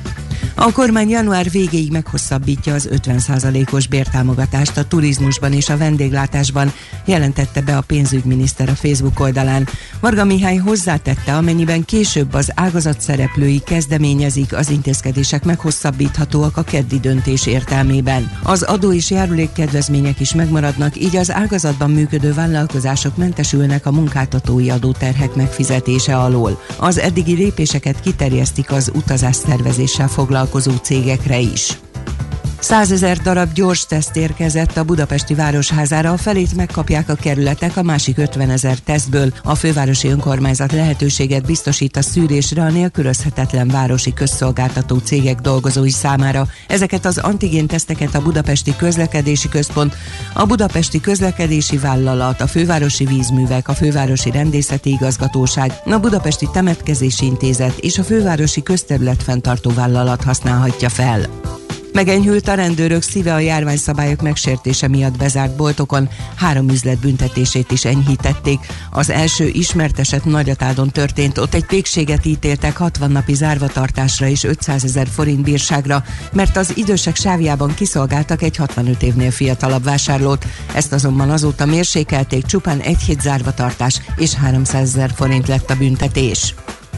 A kormány január végéig meghosszabbítja az ötven százalékos bértámogatást a turizmusban és a vendéglátásban, jelentette be a pénzügyminiszter a Facebook oldalán. Varga Mihály hozzátette, amennyiben később az ágazat szereplői kezdeményezik, az intézkedések meghosszabbíthatóak a keddi döntés értelmében. Az adó és járulékkedvezmények is megmaradnak, így az ágazatban működő vállalkozások mentesülnek a munkáltatói adóterhek megfizetése alól. Az eddigi lépéseket kiterjesztik az utazásszervezéssel foglalkozó cégekre is. Százezer darab gyors teszt érkezett a budapesti Városházára, a felét megkapják a kerületek, a másik ötvenezer tesztből. A fővárosi önkormányzat lehetőséget biztosít a szűrésre a nélkülözhetetlen városi közszolgáltató cégek dolgozói számára. Ezeket az antigén teszteket a Budapesti Közlekedési Központ, a Budapesti Közlekedési Vállalat, a Fővárosi Vízművek, a Fővárosi Rendészeti Igazgatóság, a Budapesti Temetkezési Intézet és a Fővárosi Közterületfenntartó Vállalat használhatja fel. Megenyhült a rendőrök szíve a járványszabályok megsértése miatt bezárt boltokon, három üzlet büntetését is enyhítették. Az első ismert eset Nagyatádon történt, ott egy pékséget ítéltek hatvan napi zárvatartásra és ötszázezer forint bírságra, mert az idősek sávjában kiszolgáltak egy hatvanöt évnél fiatalabb vásárlót. Ezt azonban azóta mérsékelték, csupán egy hét zárvatartás és háromszázezer forint lett a büntetés.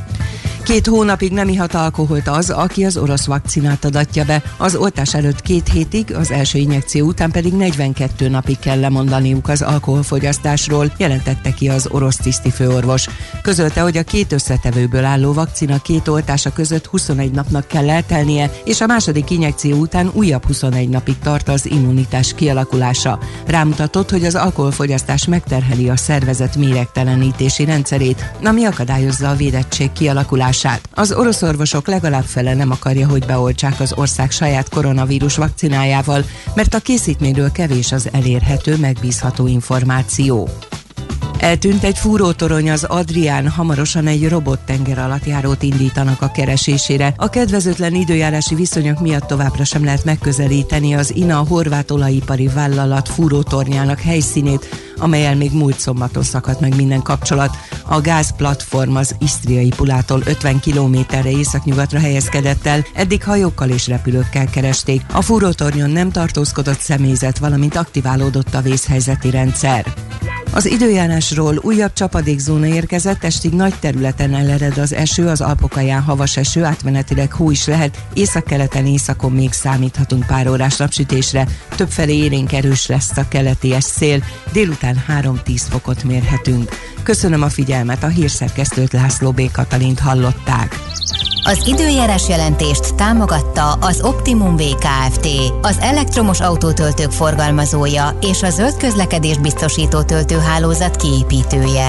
Két hónapig nem ihat alkoholt az, aki az orosz vakcinát adatja be. Az oltás előtt két hétig, az első injekció után pedig negyvenkét napig kell lemondaniuk az alkoholfogyasztásról, jelentette ki az orosz tisztifőorvos. Közölte, hogy a két összetevőből álló vakcina két oltása között huszonegy napnak kell eltelnie, és a második injekció után újabb huszonegy napig tart az immunitás kialakulása. Rámutatott, hogy az alkoholfogyasztás megterheli a szervezet méregtelenítési rendszerét, ami akadályozza a védettség kialakulását. Az orosz orvosok legalább fele nem akarja, hogy beoltsák az ország saját koronavírus vakcinájával, mert a készítményről kevés az elérhető, megbízható információ. Eltűnt egy fúrótorony az Adrián, hamarosan egy robot tengeralattjárót indítanak a keresésére. A kedvezőtlen időjárási viszonyok miatt továbbra sem lehet megközelíteni az i en á horvát olajipari vállalat fúrótornyának helyszínét, amellyel még múlt szombaton szakadt meg minden kapcsolat. A gázplatform az isztriai Pulától ötven kilométerre északnyugatra helyezkedett el, eddig hajókkal és repülőkkel keresték. A fúrótornyon nem tartózkodott személyzet, valamint aktiválódott a vészhelyzeti rendszer. Az időjárásról: újabb csapadékzóna érkezett, estig nagy területen elered az eső, az Alpokalján havas eső, átmenetileg hó is lehet, északkeleten, északon még számíthatunk pár órás napsütésre, többfelé élénk erős lesz a keleti szél, délután három-tíz fokot mérhetünk. Köszönöm a figyelmet, a hírszerkesztőt, László B. Katalint hallották. Az időjárás jelentést támogatta az Optimum vé Kft., az elektromos autótöltők forgalmazója és a zöld közlekedés biztosító töltőhálózat kiépítője.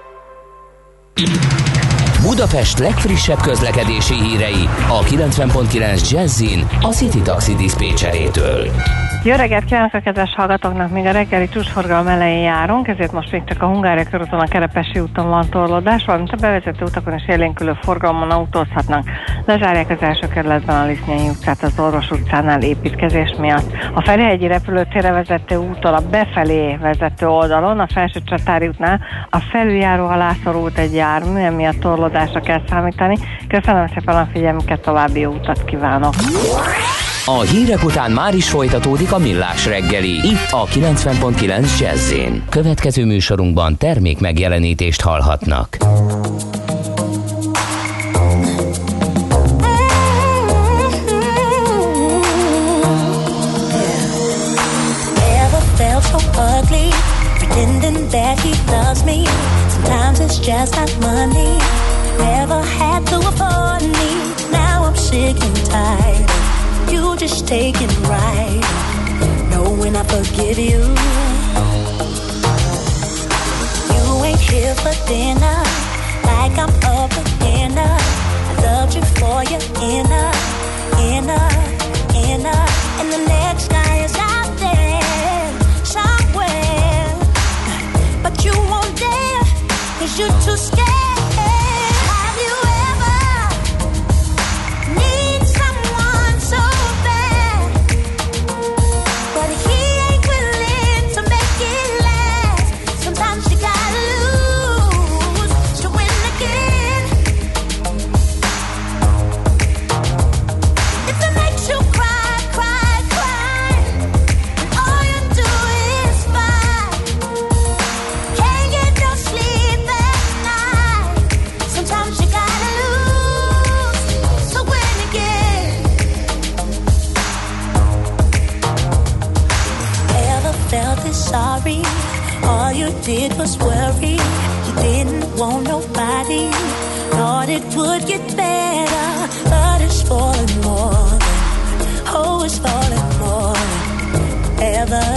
Budapest legfrissebb közlekedési hírei a kilencven pont kilenc Jazzin a City Taxi diszpécserétől. Jó reggelt kívánok a kedves hallgatóknak, még a reggeli csúcsforgalom elején járunk, ezért most még csak a Hungária körúton, a Kerepesi úton van torlódás, valamint a bevezető utakon és élénkülő forgalmon autózhatnak. Lezárják az első kerületben a Lisznyai utcát az Orvos utcánál építkezés miatt. A Ferihegyi repülőtérre vezető úttól a befelé vezető oldalon, a Felső Csatári útnál a felüljáró alá szorult egy jármű, emiatt torlódásra kell számítani. Köszönöm szépen a figyelmüket, további jó utat kívánok! A hírek után már is folytatódik a Millás reggeli, itt a kilencven pont kilenc Jazz-én. Következő műsorunkban termék megjelenítést hallhatnak. Never felt so ugly, pretending that he loves me. just not money. Never had to afford me. Now I'm sick and tired. You just taking right. Knowing I forgive you. You ain't here for dinner. Like I'm up for dinner. I loved you for your inner, inner, inner. And the next guy is out there somewhere. But you won't dare, cause you're too scared. Have you ever need someone so bad, but he ain't willing to make it last? Sometimes you gotta lose to win again. If it makes you cry, cry, cry, and all you do is fight, can't get no sleep at night. Sometimes you gotta lose to win again. Ever felt this sorry? All you did was worry. You didn't want nobody. Thought it would get better, but it's falling more than, oh, it's falling more than ever.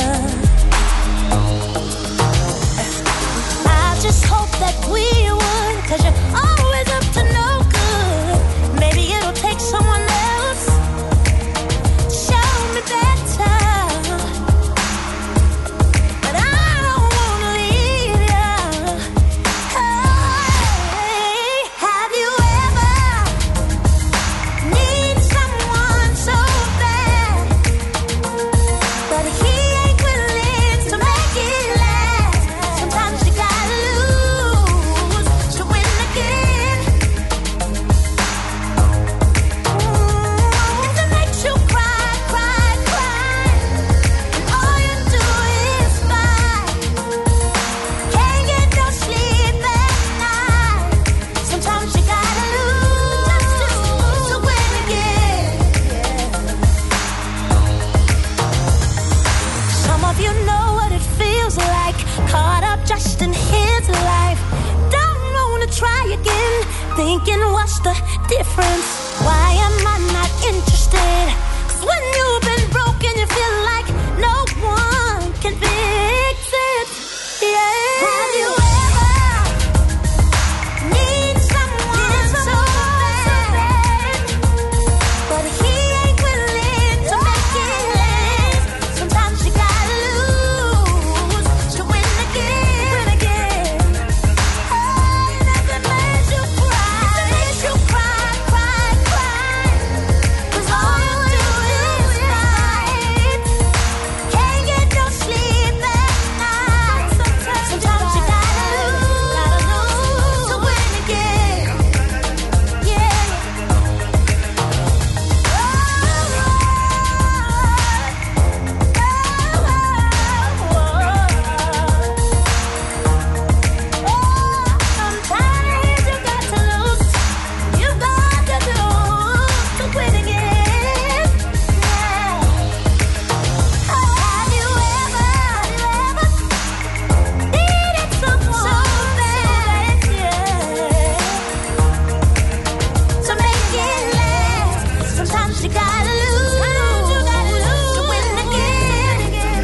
I just hope that we would, cause you're always up to no good. Maybe it'll take someone else to show me better. But I don't wanna leave ya. Hey, have you ever need someone so bad, but he ain't willing to make it last? Sometimes you gotta lose to win again. If it makes you cry, cry, cry, and all you do is fight, can't get no sleep at night. Sometimes you gotta lose to win again. Some of you know what it feels like, caught up just in his life. Don't wanna try again, thinking what's the difference? Why am I not interested? 'Cause when you've been broken, you feel like no one can fix it. Yeah. Have you ever need someone so bad, but he ain't willing to make it last? Sometimes you gotta lose to win again. Win again. Oh, and if it makes you cry, if it makes you cry, cry, cry, 'cause all you do is fight, can't get no sleep at night. Sometimes you gotta lose, gotta lose to win again. Yeah. Sometimes you got to lose, you got to lose to win again. Yeah. Have you ever, ever needed someone so bad, yeah, to make it last? Sometimes you gotta lose, you gotta lose to win again.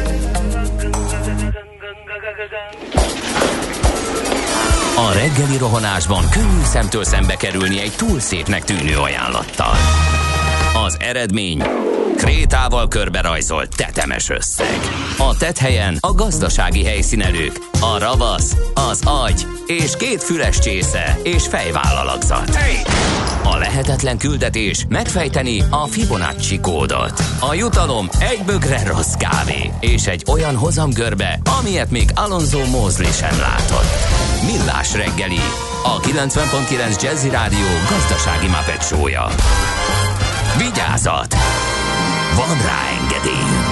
A reggeli rohanásban könnyű szemtől szembe kerülni egy túl szépnek tűnő ajánlattal. Az eredmény krétával körberajzolt tetemes összeg. A tetthelyen a gazdasági helyszínelők, a ravasz, az agy és két füles csésze és fejvállalakzat. A lehetetlen küldetés megfejteni a Fibonacci kódot. A jutalom egy bögre rossz kávé és egy olyan hozamgörbe, amilyet még Alonso Mosley sem látott. Millás reggeli, a kilencven pont kilenc Jazzy Rádió gazdasági Muppet show-ja. Vigyázat! Van rá engedélyünk!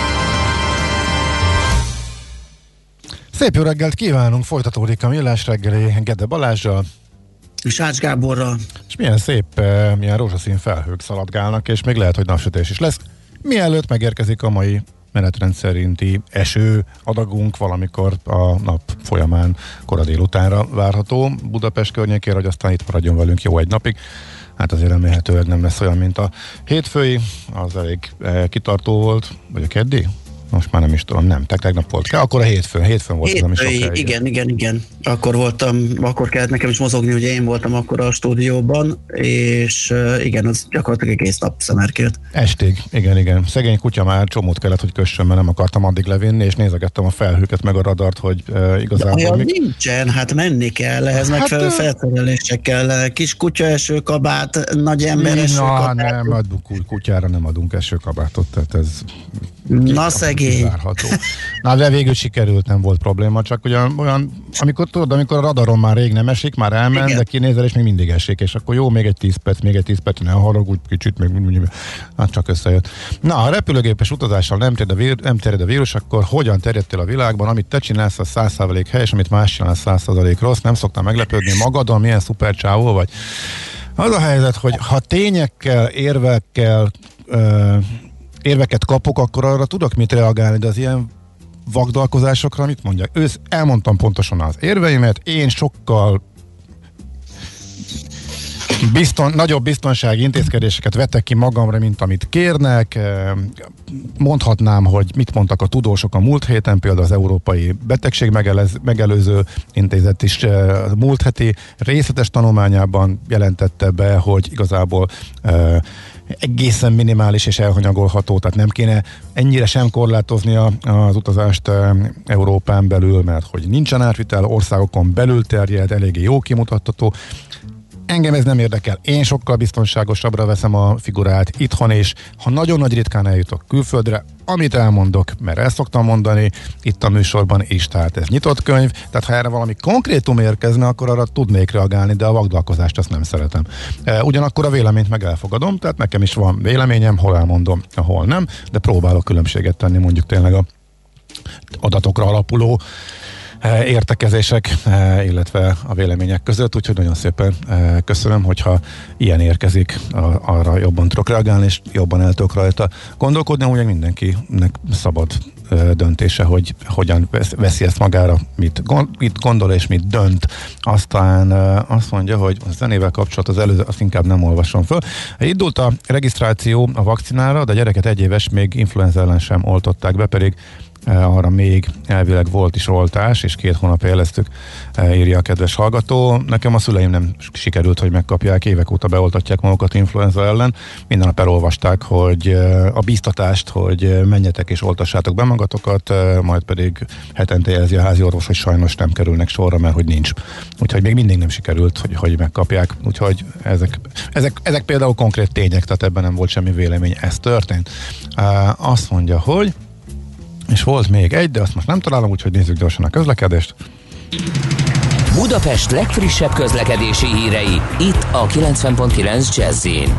Szép jó reggelt kívánunk, folytatódik a Millás reggeli Gede Balázsral. És Ács Gáborral. És milyen szép, milyen rózsaszín felhők szaladgálnak, és még lehet, hogy napsütés is lesz. Mielőtt megérkezik a mai menetrend szerinti eső adagunk valamikor a nap folyamán kora délutánra várható Budapest környékére, hogy aztán itt maradjon velünk jó egy napig. Hát azért remélhetőleg nem lesz olyan, mint a hétfői, az elég eh, kitartó volt, vagy a keddi? Most már nem is tudom, nem, tegnap volt. Akkor a hétfőn, hétfőn volt Hétfői, az, ami sokáig. igen, igen, igen. Akkor voltam, akkor kellett nekem is mozogni, ugye én voltam akkor a stúdióban, és uh, igen, az gyakorlatilag egész nap szemerkélt. Estig, igen, igen. Szegény kutya már csomót kellett, hogy kössön, mert nem akartam addig levinni, és nézegettem a felhőket, meg a radart, hogy uh, igazából... Ja, mi... nincsen, hát menni kell, ehhez Hát, megfelelő ö- felszerelésekkel, kis kutya esőkabát, nagy ember Na, esőkabát. nem, adunk, kutyára nem adunk esőkabátot, tehát ez... Na szegény. Várható. Na, de végül sikerült, nem volt probléma, csak olyan, olyan amikor tudod, amikor a radaron már rég nem esik, már elment, igen. De kinézel, és még mindig esik, és akkor jó, még egy tíz perc, még egy tíz perc, ne haragudj kicsit, még hát csak összejött. Na, ha repülőgépes utazással nem terjed, a vír, nem terjed a vírus, akkor hogyan terjedtél a világban? Amit te csinálsz, az száz százalék helyes, amit más csinálsz, száz százalék rossz, nem szoktál meglepődni magadon, milyen szuper csávó vagy. Az a helyzet, hogy ha tényekkel, érvekkel, ö, érveket kapok, akkor arra tudok mit reagálni, de az ilyen vagdalkozásokra mit mondjak? Ősz, elmondtam pontosan az érveimet, én sokkal bizton, nagyobb biztonsági intézkedéseket vettek ki magamra, mint amit kérnek. Mondhatnám, hogy mit mondtak a tudósok a múlt héten, például az Európai Betegség Megelez, Megelőző Intézet is múlt heti részletes tanulmányában jelentette be, hogy igazából egészen minimális és elhanyagolható, tehát nem kéne ennyire sem korlátozni a, az utazást e, Európán belül, mert hogy nincsen átvitel, országokon belül terjed, eléggé jó kimutatható. Engem ez nem érdekel. Én sokkal biztonságosabbra veszem a figurát itthon, és ha nagyon nagy ritkán eljutok külföldre, amit elmondok, mert el szoktam mondani itt a műsorban is, tehát ez nyitott könyv, tehát ha erre valami konkrétum érkezne, akkor arra tudnék reagálni, de a vagdalkozást azt nem szeretem. Ugyanakkor a véleményt meg elfogadom, tehát nekem is van véleményem, hol elmondom, hol nem, de próbálok különbséget tenni mondjuk tényleg a adatokra alapuló értekezések, illetve a vélemények között, úgyhogy nagyon szépen köszönöm, hogyha ilyen érkezik, arra jobban tudok reagálni, és jobban el tudok rajta gondolkodni, ugye mindenkinek szabad döntése, hogy hogyan veszi ezt magára, mit, mit gondol és mit dönt. Aztán azt mondja, hogy a zenével kapcsolat az előző, azt inkább nem olvasom föl. Indult a regisztráció a vakcinára, de a gyereket egy éves még influenza ellen sem oltották be, pedig arra még elvileg volt is oltás, és két hónapja jeleztük, írja a kedves hallgató. Nekem a szüleim nem sikerült, hogy megkapják, évek óta beoltatják magukat influenza ellen. Minden nap elolvasták, hogy a bíztatást, hogy menjetek és oltassátok be magatokat, majd pedig hetente jelzi a házi orvos, hogy sajnos nem kerülnek sorra, mert hogy nincs. Úgyhogy még mindig nem sikerült, hogy, hogy megkapják. Úgyhogy ezek, ezek, ezek például konkrét tények, tehát ebben nem volt semmi vélemény, ez történt. Azt mondja, hogy és volt még egy, de azt most nem találom, úgyhogy nézzük gyorsan a közlekedést. Budapest legfrissebb közlekedési hírei, itt a kilencven pont kilenc Jazz-in.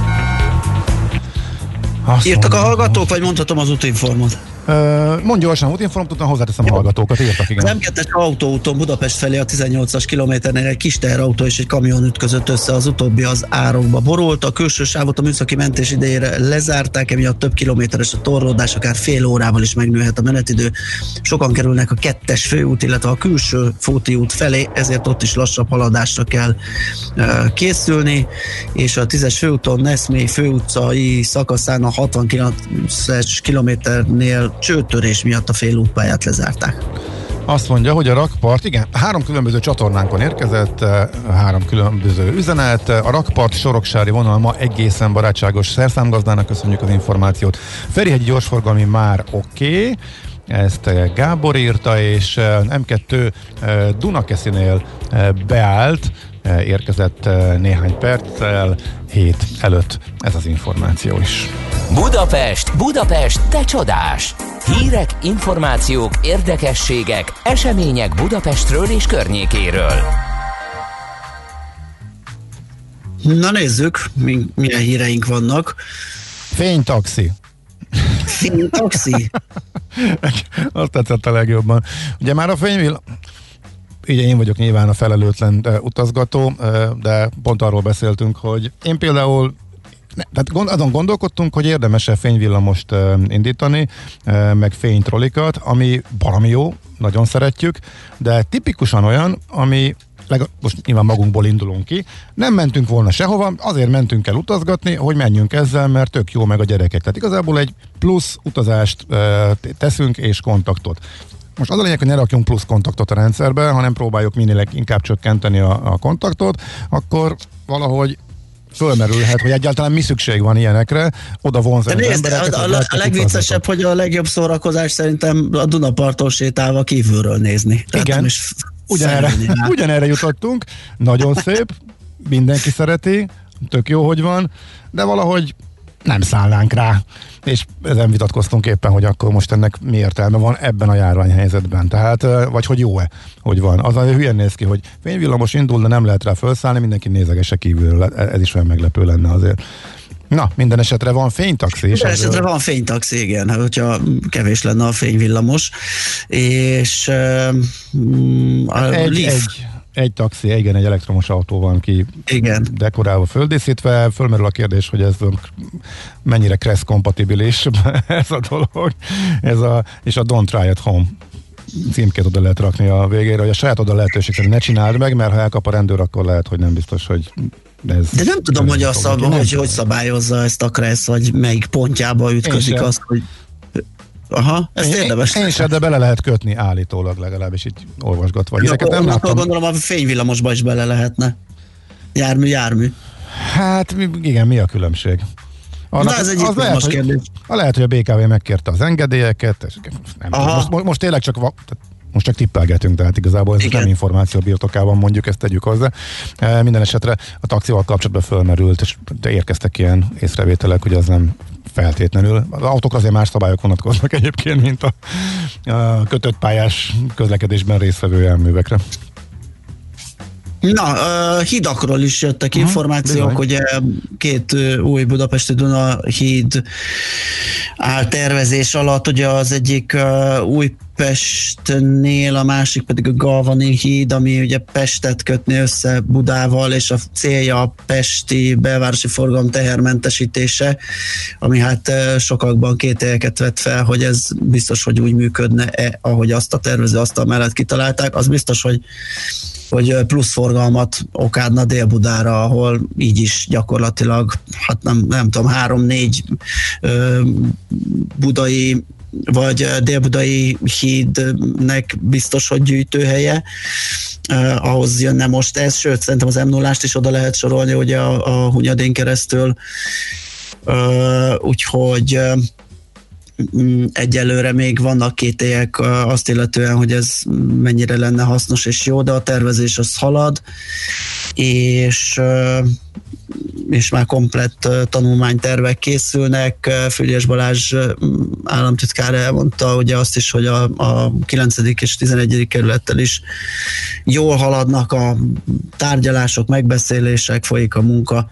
Írtak a hallgatók, vagy mondhatom az útinformot? Uh, mondj gyorsan, útinformot, utána hozzáteszem a hallgatókat, írtak, igen. Az em kettes autóúton Budapest felé a tizennyolcas kilométernél egy kis teherautó és egy kamion ütközött össze, az utóbbi az árokba borult. A külső sávot a műszaki mentés idejére lezárták, emiatt több kilométeres a torlódás, akár fél órával is megnőhet a menetidő. Sokan kerülnek a kettes főút, illetve a külső Fóti út felé, ezért ott is lassabb haladásra kell uh, készülni, és a tízes főúton Neszmélyi főutcai szakaszán a hatvankilences kilométernél csőtörés miatt a félútpályát lezárták. Azt mondja, hogy a rakpart, igen, három különböző csatornánkon érkezett, három különböző üzenet. A rakpart soroksári vonal ma egészen barátságos szerszámgazdának, köszönjük az információt. Ferihegyi gyorsforgalmi már oké, okay. Ezt Gábor írta, és em kettő Dunakeszinél beállt, érkezett néhány perccel, hét előtt ez az információ is. Budapest, Budapest, te csodás! Hírek, információk, érdekességek, események Budapestről és környékéről. Na nézzük, milyen híreink vannak. Fénytaxi. Fénytaxi? Azt tetszett a legjobban. Ugye már a fényvill... Ugye én vagyok nyilván a felelőtlen utazgató, de pont arról beszéltünk, hogy én például Ne, tehát gond, azon gondolkodtunk, hogy érdemes-e fényvillamost uh, indítani, uh, meg fénytrolikat, ami valami jó, nagyon szeretjük, de tipikusan olyan, ami leg, most nyilván magunkból indulunk ki, nem mentünk volna sehova, azért mentünk el utazgatni, hogy menjünk ezzel, mert tök jó meg a gyerekek. Tehát igazából egy plusz utazást uh, teszünk és kontaktot. Most az a lényeg, hogy ne rakjunk plusz kontaktot a rendszerbe, hanem próbáljuk minél inkább csökkenteni a, a kontaktot, akkor valahogy fölmerülhet, hogy egyáltalán mi szükség van ilyenekre, oda vonzani az embereket. A, a, a legviccesebb, hogy a legjobb szórakozás szerintem a Dunaparton sétálva kívülről nézni. Igen, ugyanerre, ugyanerre jutottunk, nagyon szép, mindenki szereti, tök jó, hogy van, de valahogy nem szállnánk rá, és ezen vitatkoztunk éppen, hogy akkor most ennek mi értelme van ebben a járványhelyzetben, tehát, vagy hogy jó-e, hogy van. Az a hülyen néz ki, hogy fényvillamos indul, de nem lehet rá felszállni, mindenki nézegesse kívülről, ez is olyan meglepő lenne azért. Na, minden esetre van fénytaxi is. Minden esetre van fénytaxi, igen, hogyha kevés lenne a fényvillamos, és uh, a egy, Leaf. egy, egy taxi, igen, egy elektromos autó van ki igen. dekorálva, földíszítve, fölmerül a kérdés, hogy ez mennyire Kressz kompatibilis ez a dolog, ez a, és a Don't Try at Home címkét oda lehet rakni a végére, hogy a saját oda lehetőség szerint ne csináld meg, mert ha elkap a rendőr, akkor lehet, hogy nem biztos, hogy ez... De nem tudom, hogy, a szab, hogy, hogy szabályozza ezt a Kressz, vagy melyik pontjába ütközik az, hogy aha, ezt én, érdemes. Én sem, de bele lehet kötni állítólag, legalábbis így olvasgatva. Ja, nem láttam. Gondolom a fényvillamosba is bele lehetne. Jármű, jármű. Hát igen, mi a különbség? Annak, Na ez egy lehet, kérdés. Hogy, lehet, hogy a bé ká vé megkérte az engedélyeket, nem tudom, most, most tényleg csak most csak tippelgetünk, tehát igazából ez nem információ birtokában mondjuk, ezt tegyük hozzá. E, minden esetre a taxival kapcsolatban fölmerült, és érkeztek ilyen észrevételek, hogy az nem feltétlenül. Az autók azért más szabályok vonatkoznak egyébként, mint a, a kötött pályás közlekedésben résztvevő járművekre. Na, uh, hídakról is jöttek uh-huh, információk, hogy két uh, új budapesti Duna híd áll tervezés alatt, ugye az egyik uh, Újpestnél, a másik pedig a Galvani híd, ami ugye Pestet kötni össze Budával, és a célja a pesti belvárosi forgalom tehermentesítése, ami hát uh, sokakban kételyeket vett fel, hogy ez biztos, hogy úgy működne-e, ahogy azt a tervező asztal mellett kitalálták. Az biztos, hogy hogy plusz forgalmat okádna Dél-Budára, ahol így is gyakorlatilag, hát nem, nem tudom, három-négy ö, budai vagy délbudai hídnek biztos, hogy gyűjtőhelye, uh, ahhoz jönne most ez, sőt, szerintem az em nullást is oda lehet sorolni, ugye a, a Hunyadén keresztül, uh, úgyhogy uh, egyelőre még vannak kételyek azt illetően, hogy ez mennyire lenne hasznos és jó, de a tervezés az halad, és, és már komplett tanulmánytervek készülnek. Füriás Balázs államtitkár elmondta ugye azt is, hogy a, a kilencedik és tizenegyedik kerülettel is jól haladnak a tárgyalások, megbeszélések, folyik a munka,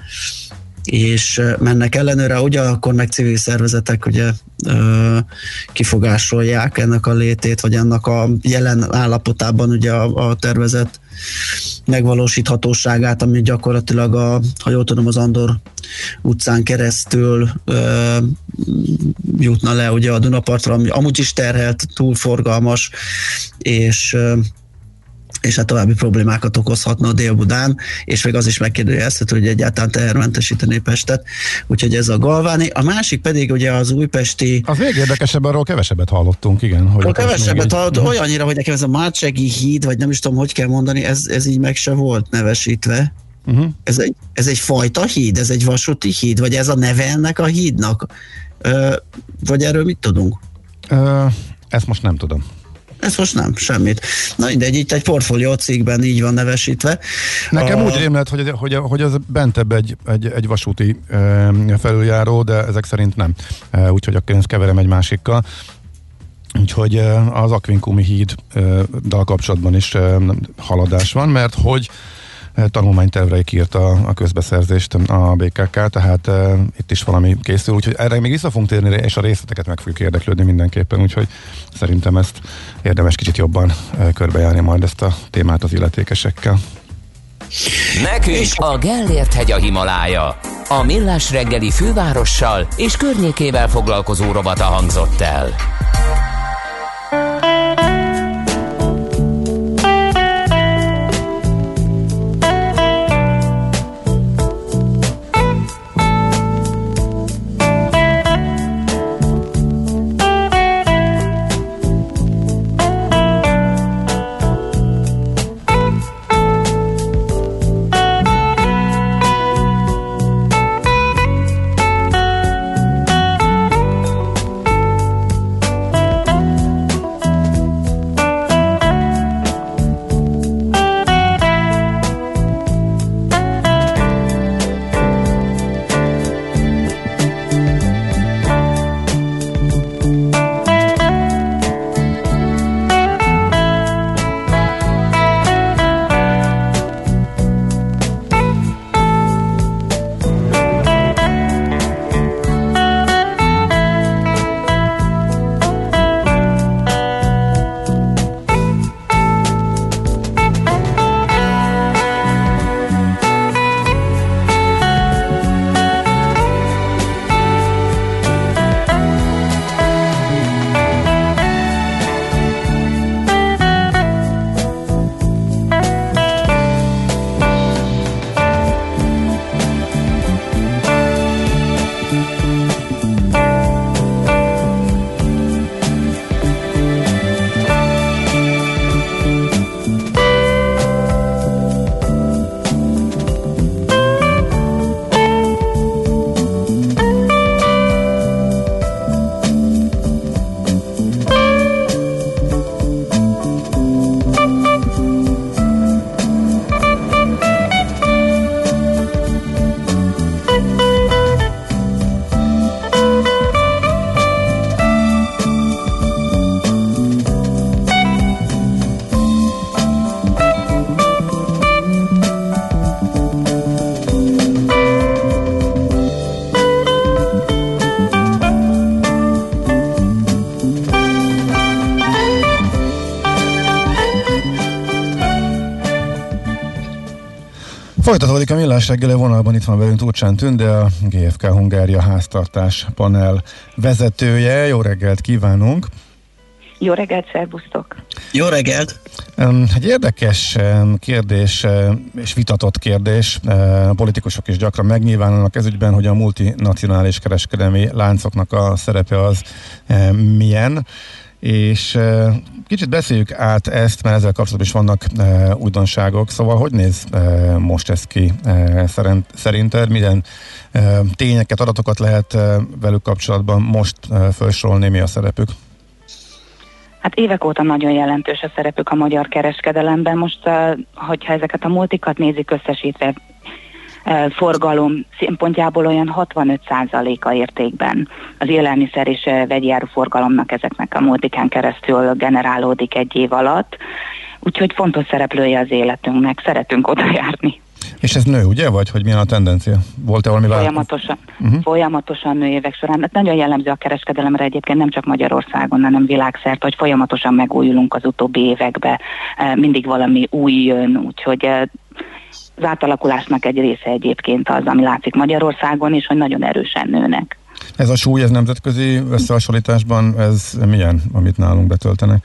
és mennek ellenőre, ugyanakkor meg civil szervezetek ugye ö, kifogásolják ennek a létét, vagy ennek a jelen állapotában ugye a, a tervezet megvalósíthatóságát, ami gyakorlatilag a, ha jól tudom, az Andor utcán keresztül ö, jutna le ugye a Dunapartra, ami amúgy is terhelt, túlforgalmas, és ö, és hát további problémákat okozhatna a Dél-Budán, és még az is megkérdőjelezhető, hogy egyáltalán tehermentesíteni Pestet, úgyhogy ez a Galváni. A másik pedig ugye az újpesti... Az még érdekesebb, arról kevesebbet hallottunk, igen. Hogy kevesebbet hallottunk, olyannyira, hogy nekem ez a Mácsegi híd, vagy nem is tudom, hogy kell mondani, ez, ez így meg se volt nevesítve. Uh-huh. Ez, egy, ez egy fajta híd, ez egy vasúti híd, vagy ez a neve ennek a hídnak? Ö, vagy erről mit tudunk? Ö, ezt most nem tudom. Ez most nem, semmit. Na mindegy, itt egy portfólió cikkben így van nevesítve. Nekem a... úgy rémlett, hogy, hogy, hogy az bentebb egy, egy, egy vasúti e, felüljáró, de ezek szerint nem. E, úgyhogy akkor én ezt keverem egy másikkal. Úgyhogy e, az Aquincumi híddal kapcsolatban is e, haladás van, mert hogy tanulmánytervre írt a, a közbeszerzést a bé ká ká, tehát e, itt is valami készül, úgyhogy erre még vissza fogunk térni, és a részleteket meg fogjuk érdeklődni mindenképpen, úgyhogy szerintem ezt érdemes kicsit jobban e, körbejárni majd ezt a témát az illetékesekkel. Nekünk a Gellért hegy a Himalája. A Millás reggeli fővárossal és környékével foglalkozó rovata hangzott el. Folytatódik a Millás reggeli, vonalban itt van velünk Turcsán Tünde, a gé ef ká Hungária háztartás panel vezetője. Jó reggelt kívánunk! Jó reggelt, szervusztok! Jó reggelt! Egy érdekes kérdés és vitatott kérdés, a politikusok is gyakran megnyilvánulnak ez ügyben, hogy a multinacionális kereskedelmi láncoknak a szerepe az milyen, és kicsit beszéljük át ezt, mert ezzel kapcsolatban is vannak e, újdonságok. Szóval hogy néz e, most ez ki e, szerinted? Milyen e, tényeket, adatokat lehet e, velük kapcsolatban most e, felsorolni, mi a szerepük? Hát évek óta nagyon jelentős a szerepük a magyar kereskedelemben. Most, hogyha ezeket a multikat nézik összesítve, forgalom szempontjából olyan hatvanöt százaléka értékben az élelmiszer és vegyi áruforgalomnak ezeknek a multikán keresztül generálódik egy év alatt. Úgyhogy fontos szereplője az életünknek, szeretünk oda járni. És ez nő, ugye? Vagy hogy milyen a tendencia? Volt-e valami változás? Folyamatosan, uh-huh. folyamatosan nő évek során. Hát nagyon jellemző a kereskedelemre egyébként nem csak Magyarországon, hanem világszerte, hogy folyamatosan megújulunk az utóbbi években. Mindig valami új jön, úgyhogy az átalakulásnak egy része egyébként az, ami látszik Magyarországon is, hogy nagyon erősen nőnek. Ez a súly, ez nemzetközi összehasonlításban, ez milyen, amit nálunk betöltenek?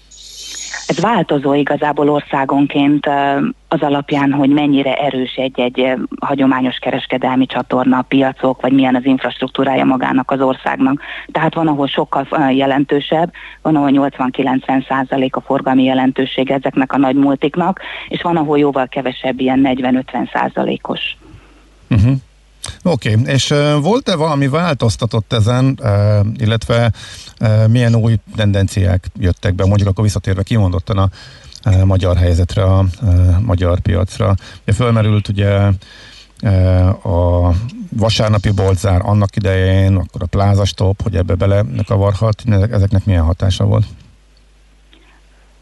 Ez változó igazából országonként az alapján, hogy mennyire erős egy-egy hagyományos kereskedelmi csatorna, piacok, vagy milyen az infrastruktúrája magának az országnak. Tehát van, ahol sokkal jelentősebb, van, ahol nyolcvan-kilencven százalék a forgalmi jelentőség ezeknek a nagy multiknak, és van, ahol jóval kevesebb, ilyen negyven-ötven százalékos. Uh-huh. Oké, okay. És uh, volt-e valami változtatott ezen, uh, illetve uh, milyen új tendenciák jöttek be, mondjuk akkor visszatérve kimondottan a uh, magyar helyzetre, a uh, magyar piacra. Ugye fölmerült ugye uh, a vasárnapi boltzár annak idején, akkor a plázastop, hogy ebbe bele kavarhat, ezeknek milyen hatása volt?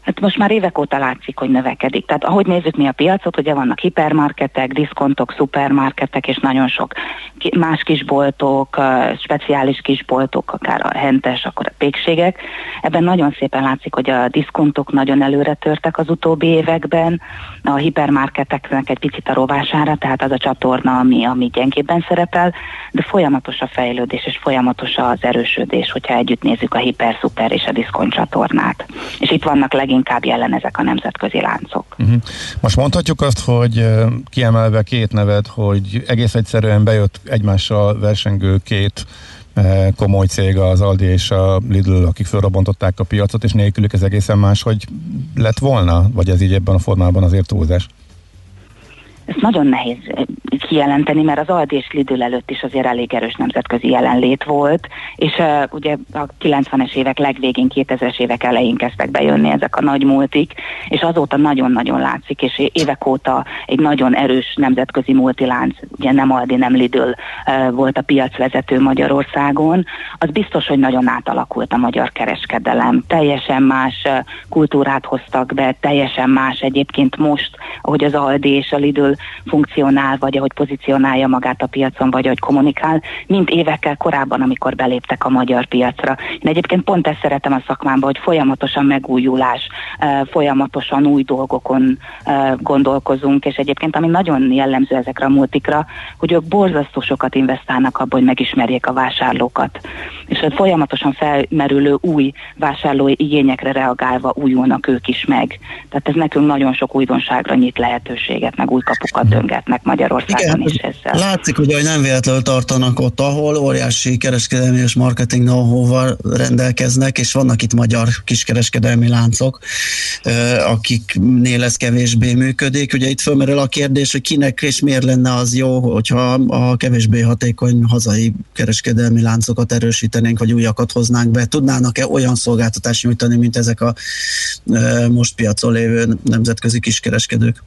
Hát most már évek óta látszik, hogy növekedik. Tehát ahogy nézzük mi a piacot, ugye vannak hipermarketek, diszkontok, szupermarketek, és nagyon sok más kisboltok, speciális kisboltok, akár a hentes, akkor a pékségek. Ebben nagyon szépen látszik, hogy a diszkontok nagyon előre törtek az utóbbi években, a hipermarketeknek egy picit a rovására, tehát az a csatorna, ami, ami gyengébben szerepel, de folyamatos a fejlődés, és folyamatos az erősödés, hogyha együtt nézzük a hiper, szuper és a diszkont csatornát. És itt vannak leginkább jelen ezek a nemzetközi láncok. Uh-huh. Most mondhatjuk azt, hogy kiemelve két nevet, hogy egész egyszerűen bejött egymással versengő két komoly cég, az Aldi és a Lidl, akik felrobbantották a piacot, és nélkülük ez egészen más, hogy lett volna? Vagy ez így ebben a formában azért túlzás? Ezt nagyon nehéz kijelenteni, mert az Aldi és Lidl előtt is azért elég erős nemzetközi jelenlét volt, és uh, ugye a kilencvenes évek legvégén, kétezres évek elején kezdtek bejönni ezek a nagy multik, és azóta nagyon-nagyon látszik, és évek óta egy nagyon erős nemzetközi multilánc, ugye nem Aldi, nem Lidl uh, volt a piacvezető Magyarországon, az biztos, hogy nagyon átalakult a magyar kereskedelem. Teljesen más uh, kultúrát hoztak be, teljesen más egyébként most, ahogy az Aldi és a Lidl funkcionál, vagy ahogy pozícionálja magát a piacon, vagy ahogy kommunikál, mint évekkel korábban, amikor beléptek a magyar piacra. Én egyébként pont ezt szeretem a szakmámban, hogy folyamatosan megújulás, folyamatosan új dolgokon gondolkozunk, és egyébként ami nagyon jellemző ezekre a multikra, hogy ők borzasztó sokat investálnak abba, hogy megismerjék a vásárlókat. És hogy folyamatosan felmerülő új vásárlói igényekre reagálva újulnak ők is meg. Tehát ez nekünk nagyon sok újdonságra nyit lehetőséget, meg új kapukat döngetnek Magyarországon is ezzel. Látszik, hogy nem véletlenül tartanak ott, ahol óriási kereskedelmi és marketing know-how-val rendelkeznek, és vannak itt magyar kiskereskedelmi láncok, akiknél ez kevésbé működik. Ugye itt fölmerül a kérdés, hogy kinek és miért lenne az jó, hogyha a kevésbé hatékony hazai kereskedelmi láncokat erősítenénk, vagy újakat hoznánk be. Tudnának-e olyan szolgáltatást nyújtani, mint ezek a most piacon lévő nemzetközi kiskereskedők?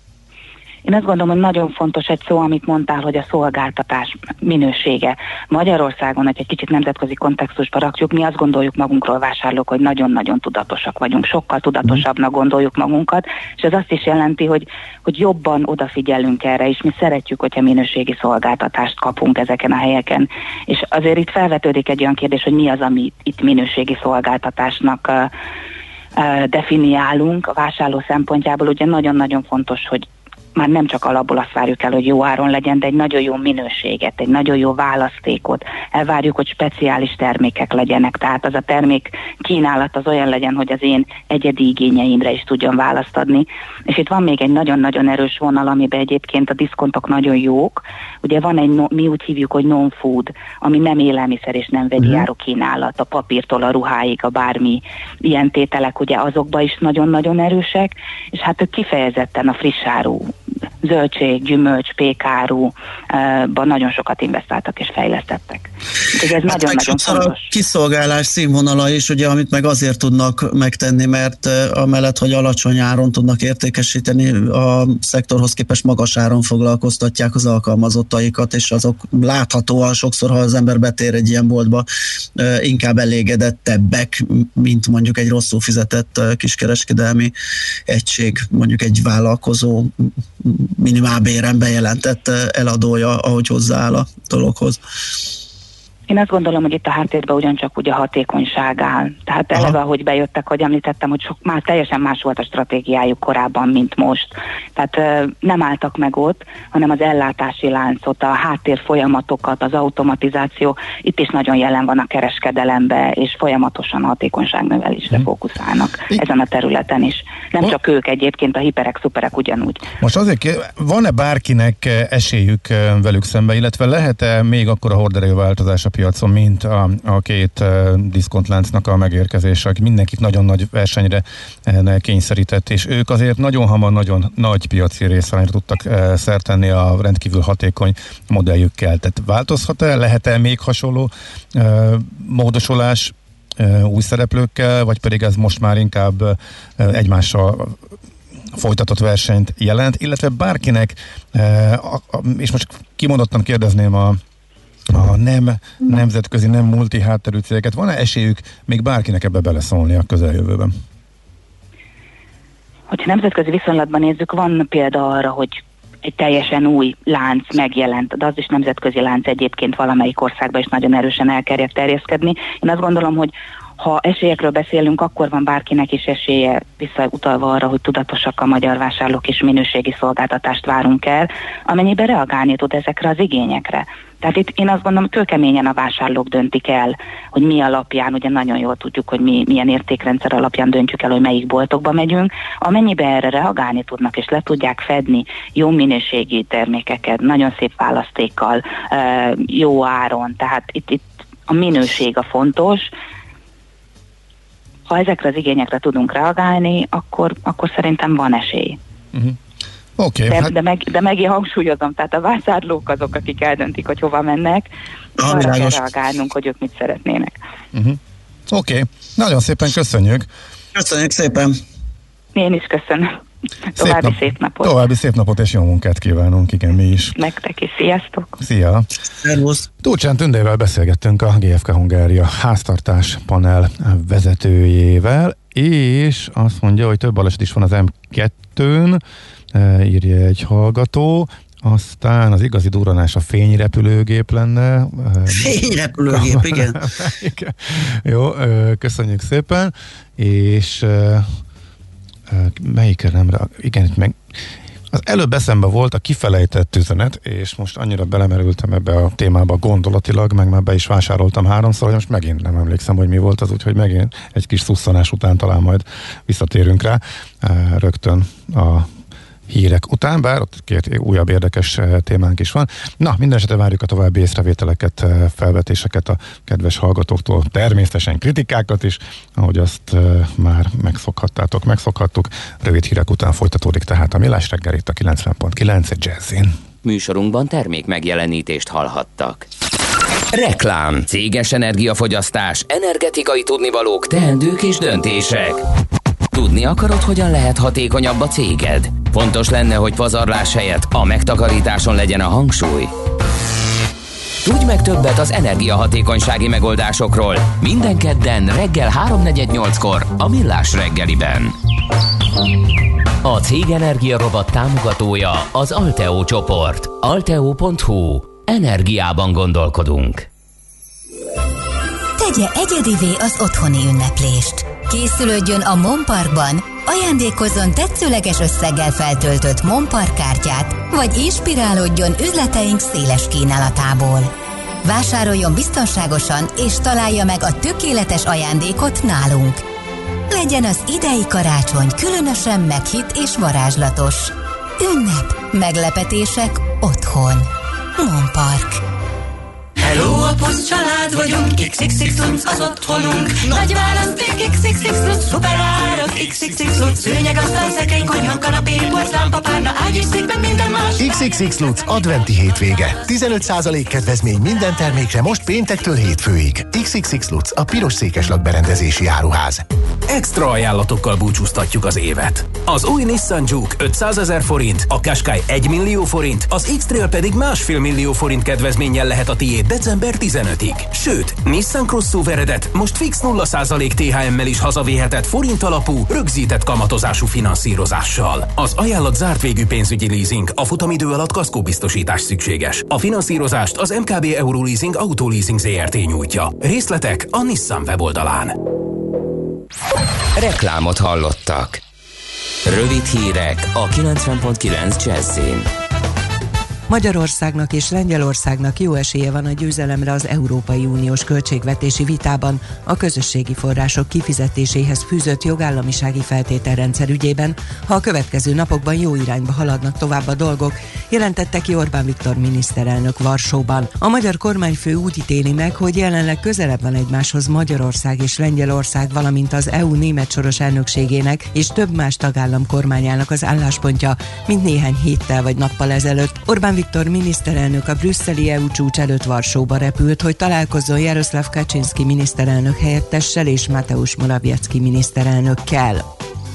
Én azt gondolom, hogy nagyon fontos egy szó, amit mondtál, hogy a szolgáltatás minősége. Magyarországon, hogy egy kicsit nemzetközi kontextusba rakjuk, mi azt gondoljuk magunkról vásárlók, hogy nagyon-nagyon tudatosak vagyunk, sokkal tudatosabbnak gondoljuk magunkat, és ez azt is jelenti, hogy, hogy jobban odafigyelünk erre, és mi szeretjük, hogyha minőségi szolgáltatást kapunk ezeken a helyeken. És azért itt felvetődik egy olyan kérdés, hogy mi az, ami itt minőségi szolgáltatásnak uh, uh, definiálunk a vásárló szempontjából. Ugye nagyon-nagyon fontos, hogy már nem csak alapból azt várjuk el, hogy jó áron legyen, de egy nagyon jó minőséget, egy nagyon jó választékot. Elvárjuk, hogy speciális termékek legyenek, tehát az a termék kínálat az olyan legyen, hogy az én egyedi igényeimre is tudjon választ adni. És itt van még egy nagyon-nagyon erős vonal, amiben egyébként a diszkontok nagyon jók. Ugye van egy, mi úgy hívjuk, hogy non-food, ami nem élelmiszer és nem vegyi áru kínálat, a papírtól a ruháig, a bármi ilyen tételek, ugye azokban is nagyon-nagyon erősek, és hát ők kifejezetten a friss áru, zöldség, gyümölcs, pékárúban nagyon sokat investáltak és fejlesztettek. Ez hát nagyon-nagyon fontos. A kiszolgálás színvonala is, ugye, amit meg azért tudnak megtenni, mert amellett, hogy alacsony áron tudnak értékesíteni, a szektorhoz képest magas áron foglalkoztatják az alkalmazottaikat, és azok láthatóan sokszor, ha az ember betér egy ilyen boltba, inkább elégedettebbek, mint mondjuk egy rosszul fizetett kiskereskedelmi egység, mondjuk egy vállalkozó minimálbéren bejelentett eladója, ahogy hozzááll a dologhoz. Én azt gondolom, hogy itt a háttérben ugyancsak ugye a hatékonyság áll. Tehát eleve, ahogy bejöttek, hogy említettem, hogy sok, már teljesen más volt a stratégiájuk korábban, mint most. Tehát ö, nem álltak meg ott, hanem az ellátási láncot, a háttér folyamatokat, az automatizáció, itt is nagyon jelen van a kereskedelembe, és folyamatosan a hatékonyságnövelésre hmm. fókuszálnak ezen a területen is. Nem oh. csak ők egyébként, a hiperek, szuperek ugyanúgy. Most azért van-e bárkinek esélyük velük szembe, illetve lehet-e még akkor a horderejű változás a piacon, mint a, a két uh, diszkontláncnak a megérkezése, aki mindenkit nagyon nagy versenyre uh, kényszerített, és ők azért nagyon hamar, nagyon nagy piaci részarányra tudtak uh, szert tenni a rendkívül hatékony modelljükkel. Tehát változhat-e, lehet-e még hasonló uh, módosulás uh, új szereplőkkel, vagy pedig ez most már inkább uh, egymással folytatott versenyt jelent, illetve bárkinek, uh, és most kimondottan kérdezném a a nem nemzetközi, nem multi hátterű cégeket, van-e esélyük még bárkinek ebbe beleszólni a közeljövőben? hogyha nemzetközi viszonylatban nézzük, van példa arra, hogy egy teljesen új lánc megjelent, de az is nemzetközi lánc egyébként valamelyik országban is nagyon erősen elkerült terjeszkedni. Én azt gondolom, hogy ha esélyekről beszélünk, akkor van bárkinek is esélye, visszautalva arra, hogy tudatosak a magyar vásárlók és minőségi szolgáltatást várunk el, amennyiben reagálni tud ezekre az igényekre. Tehát itt én azt gondolom, kőkeményen a vásárlók döntik el, hogy mi alapján, ugye nagyon jól tudjuk, hogy mi milyen értékrendszer alapján döntjük el, hogy melyik boltokba megyünk, amennyiben erre reagálni tudnak, és le tudják fedni jó minőségi termékeket, nagyon szép választékkal, jó áron, tehát itt, itt a minőség a fontos. Ha ezekre az igényekre tudunk reagálni, akkor, akkor szerintem van esély. Uh-huh. Okay, de, hát... de, meg, de megint hangsúlyozom, tehát a vásárlók azok, akik eldöntik, hogy hova mennek, és ah, arra kell reagálnunk, hogy ők mit szeretnének. Uh-huh. Oké, okay. Nagyon szépen köszönjük. Köszönjük szépen. Én is köszönöm. További szép, nap, szép napot. További szép napot és jó munkát kívánunk, igen, mi is. Nektek is, sziasztok. Szia. Szervusz. Túlcsán Tündével beszélgettünk, a gé ef ká Hungária háztartás panel vezetőjével, és azt mondja, hogy több baleset is van az em kettőn, írja egy hallgató, aztán az igazi durranás a fényrepülőgép lenne. Fényrepülőgép, igen. igen. Jó, köszönjük szépen, és melyikre nem rá... Igen, itt meg... Az előbb eszembe volt a kifelejtett üzenet, és most annyira belemerültem ebbe a témába gondolatilag, meg már be is vásároltam háromszor, hogy most megint nem emlékszem, hogy mi volt az, úgyhogy megint egy kis szusszanás után talán majd visszatérünk rá rögtön a hírek után, bár ott két újabb érdekes témánk is van. Na, minden esetre várjuk a további észrevételeket, felvetéseket a kedves hallgatóktól, természetesen kritikákat is, ahogy azt már megszokhattátok, megszokhattuk. Rövid hírek után folytatódik tehát a Millás reggel itt a kilencven pont kilenc Jazzin. Műsorunkban termék megjelenítést hallhattak. Reklám, céges energiafogyasztás, energetikai tudnivalók, teendők és döntések. Tudni akarod, hogyan lehet hatékonyabb a céged? Fontos lenne, hogy pazarlás helyett a megtakarításon legyen a hangsúly. Tudj meg többet az energiahatékonysági megoldásokról minden kedden reggel háromnegyednyolckor a Millás reggeliben. A Cég Energia Robot támogatója az Alteo csoport. alteo pont hu. Energiában gondolkodunk. Tegye egyedivé az otthoni ünneplést. Készülődjön a Mon Parkban, ajándékozzon tetszőleges összeggel feltöltött Mon Park kártyát, vagy inspirálódjon üzleteink széles kínálatából. Vásároljon biztonságosan, és találja meg a tökéletes ajándékot nálunk. Legyen az idei karácsony különösen meghitt és varázslatos. Ünnep, meglepetések otthon. Mon Park. Hello, a Pusz család vagyunk, iksz iksz iksz lunc az otthonunk. Nagy választék, iksz iksz iksz lunc, szuper árak, iksz iksz iksz lunc. Szőnyeg, asztal, szekrény, konyha, kanapé, porcelán, párna, ágy és székben minden más. iksz iksz iksz lunc adventi hétvége. tizenöt százalék kedvezmény minden termékre most péntektől hétfőig. iksz iksz iksz lunc, a piros székeslak berendezési áruház. Extra ajánlatokkal búcsúztatjuk az évet. Az új Nissan Juke ötszázezer forint, a Qashqai egy millió forint, az X-Trail pedig másfél millió forint kedvezménnyel lehet a tiéd december tizenötödikéig. Sőt, Nissan Crossoveredet most fix nulla százalék té há emmel is hazavéhetett forint alapú, rögzített kamatozású finanszírozással. Az ajánlat zárt végű pénzügyi leasing, a futamidő alatt kaszkóbiztosítás szükséges. A finanszírozást az em ká bé Euroleasing Autoleasing zé er té nyújtja. Részletek a Nissan weboldalán. Reklámot hallottak. Rövid hírek a kilencven pont kilenc Jazzin. Magyarországnak és Lengyelországnak jó esélye van a győzelemre az Európai Uniós költségvetési vitában a közösségi források kifizetéséhez fűzött jogállamisági feltételrendszer ügyében, ha a következő napokban jó irányba haladnak tovább a dolgok, jelentette ki Orbán Viktor miniszterelnök Varsóban. A magyar kormányfő úgy ítéli meg, hogy jelenleg közelebb van egymáshoz Magyarország és Lengyelország, valamint az é u német soros elnökségének és több más tagállam kormányának az álláspontja, mint néhány héttel vagy nappal ezelőtt. Orbán Viktor miniszterelnök a brüsszeli é u csúcs előtt Varsóba repült, hogy találkozzon Jaroszláv Kaczynszki miniszterelnök helyettessel és Mateusz Morawiecki miniszterelnökkel.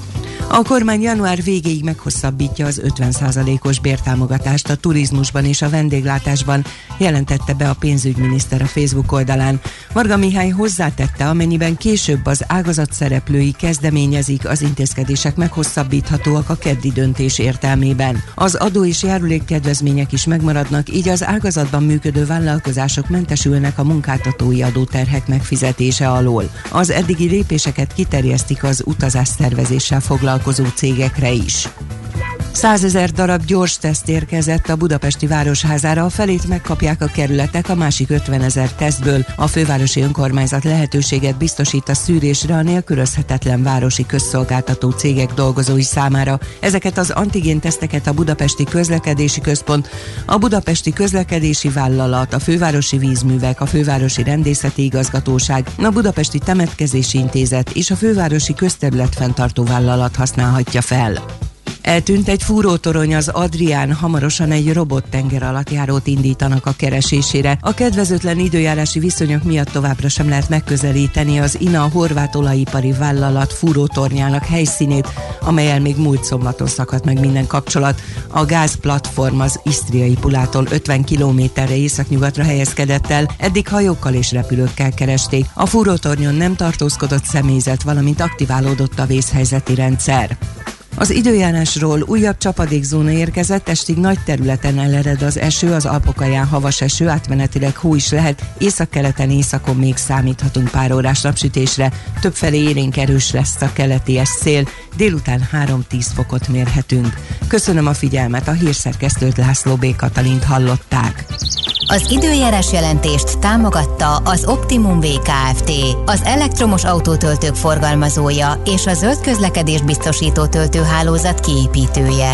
A kormány január végéig meghosszabbítja az ötven százalékos bértámogatást a turizmusban és a vendéglátásban, jelentette be a pénzügyminiszter a Facebook oldalán. Varga Mihály hozzátette, amennyiben később az ágazat szereplői kezdeményezik, az intézkedések meghosszabbíthatóak a keddi döntés értelmében. Az adó és járulékkedvezmények is megmaradnak, így az ágazatban működő vállalkozások mentesülnek a munkáltatói adóterhek megfizetése alól. Az eddigi lépéseket kiterjesztik az utazásszervezéssel foglalkozó cégekre is. százezer darab gyors teszt érkezett a budapesti Városházára, a felét megkapják a kerületek, a másik ötvenezer tesztből. A fővárosi önkormányzat lehetőséget biztosít a szűrésre a nélkülözhetetlen városi közszolgáltató cégek dolgozói számára. Ezeket az antigén teszteket a Budapesti Közlekedési Központ, a Budapesti Közlekedési Vállalat, a Fővárosi Vízművek, a Fővárosi Rendészeti Igazgatóság, a Budapesti Temetkezési Intézet és a Fővárosi Közterületfenntartó Vállalat használhatja fel. Eltűnt egy fúrótorony az Adrián, hamarosan egy robot tengeralattjárót indítanak a keresésére. A kedvezőtlen időjárási viszonyok miatt továbbra sem lehet megközelíteni az i en á horvát olajipari vállalat fúrótornyának helyszínét, amellyel még múlt szombaton szakadt meg minden kapcsolat. A gázplatform az isztriai Pulától ötven kilométerre északnyugatra helyezkedett el, eddig hajókkal és repülőkkel keresték. A fúrótornyon nem tartózkodott személyzet, valamint aktiválódott a vészhelyzeti rendszer. Az időjárásról: újabb csapadékzóna érkezett, estig nagy területen elered az eső, az Alpokalján havas eső, átmenetileg hó is lehet, északkeleten, északon még számíthatunk pár órás napsütésre, többfelé élénk erős lesz a keleti szél, délután három-tíz fokot mérhetünk. Köszönöm a figyelmet, a hírszerkesztőt, László B. Katalint hallották. Az időjárás jelentést támogatta az Optimum vé Kft., az elektromos autótöltők forgalmazója és a zöld közlekedés biztosító töltőhálózat kiépítője.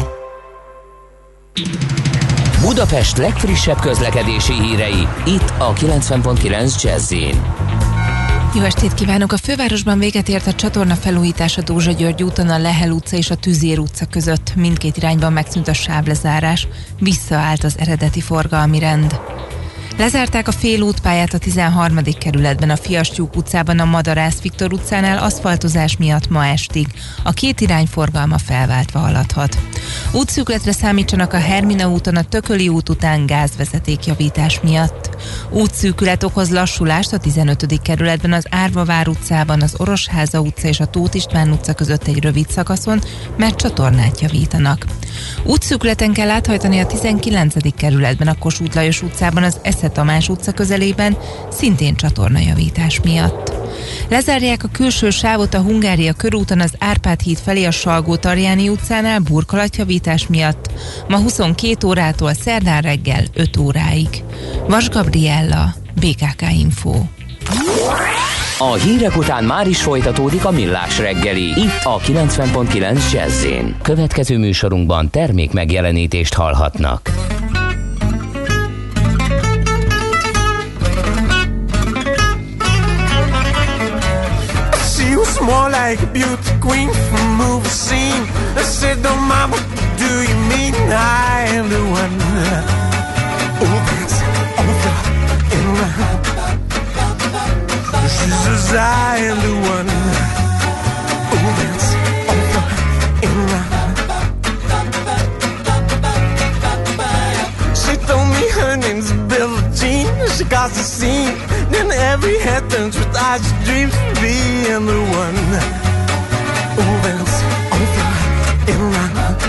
Budapest legfrissebb közlekedési hírei, itt a kilencven pont kilenc Jazz-in. Jó estét kívánok! A fővárosban véget ért a csatorna felújítás a Dózsa György úton, a Lehel utca és a Tüzér utca között. Mindkét irányban megszűnt a sávlezárás, visszaállt az eredeti forgalmi rend. Lezárták a félútpályát a tizenharmadik kerületben, a Fiastyúk utcában, a Madarász Viktor utcánál aszfaltozás miatt ma estig. A két irány forgalma felváltva haladhat. Útszűkletre számítsanak a Hermina úton, a Tököli út után gázvezetékjavítás miatt. Útszűkület okoz lassulást a tizenötödik kerületben, az Árvavár utcában, az Orosháza utca és a Tóth István utca között egy rövid szakaszon, mert csatornát javítanak. Útszűkületen kell áthajtani a tizenkilencedik kerületben, a Kossuth Lajos utcában, az Esze Tamás utca közelében, szintén csatornajavítás miatt. Lezárják a külső sávot a Hungária körúton, az Árpád híd felé a Salgó-Tarjáni utcánál burkolatjavítás miatt, ma huszonkét órától szerdán reggel öt óráig. Vas Gabriella, bé ká ká Info. A hírek után már is folytatódik a Millás reggeli, itt a kilencven pont kilenc Jazz-in. Következő műsorunkban termék megjelenítést hallhatnak. More like a beauty queen from a movie scene. I said, "Don't mama, do you mean I am the one who gets over and round?" She says, "I am the one who gets over and round." She told me her name's Billie Jean. She got the scene. Then every head turns with eyes dreams of being the one who bends over and round.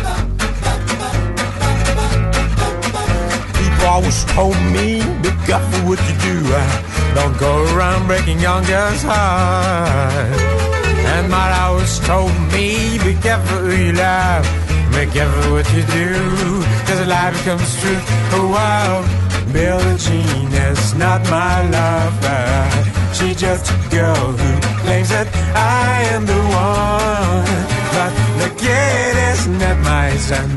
People always told me, be careful what you do. Don't go around breaking young girls' hearts. And my always told me, be careful who you love. Be careful what you do, cause a lie becomes true. Oh wow, Billie Jean is not my lover. She's just a girl who claims that I am the one. But the kid is not my son.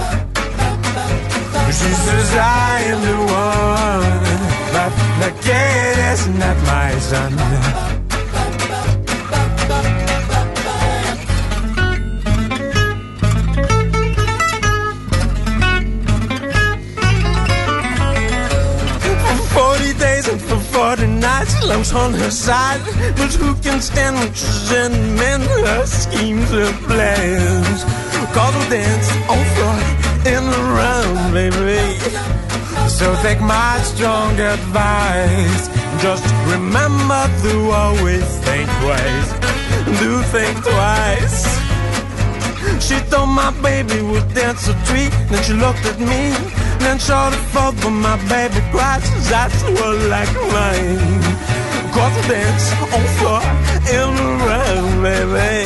She says I am the one. But the kid is not my son. forty nights, long on her side, but who can stand when she's in men, her schemes, her plans? Cause we'll dance on floor in the round, baby. So take my strong advice. Just remember to always think twice. Do think twice. She thought my baby would dance a treat. Then she looked at me. Then showed the fault, but my baby cries. That's what like mine. Cause we dance on floor in the round, baby.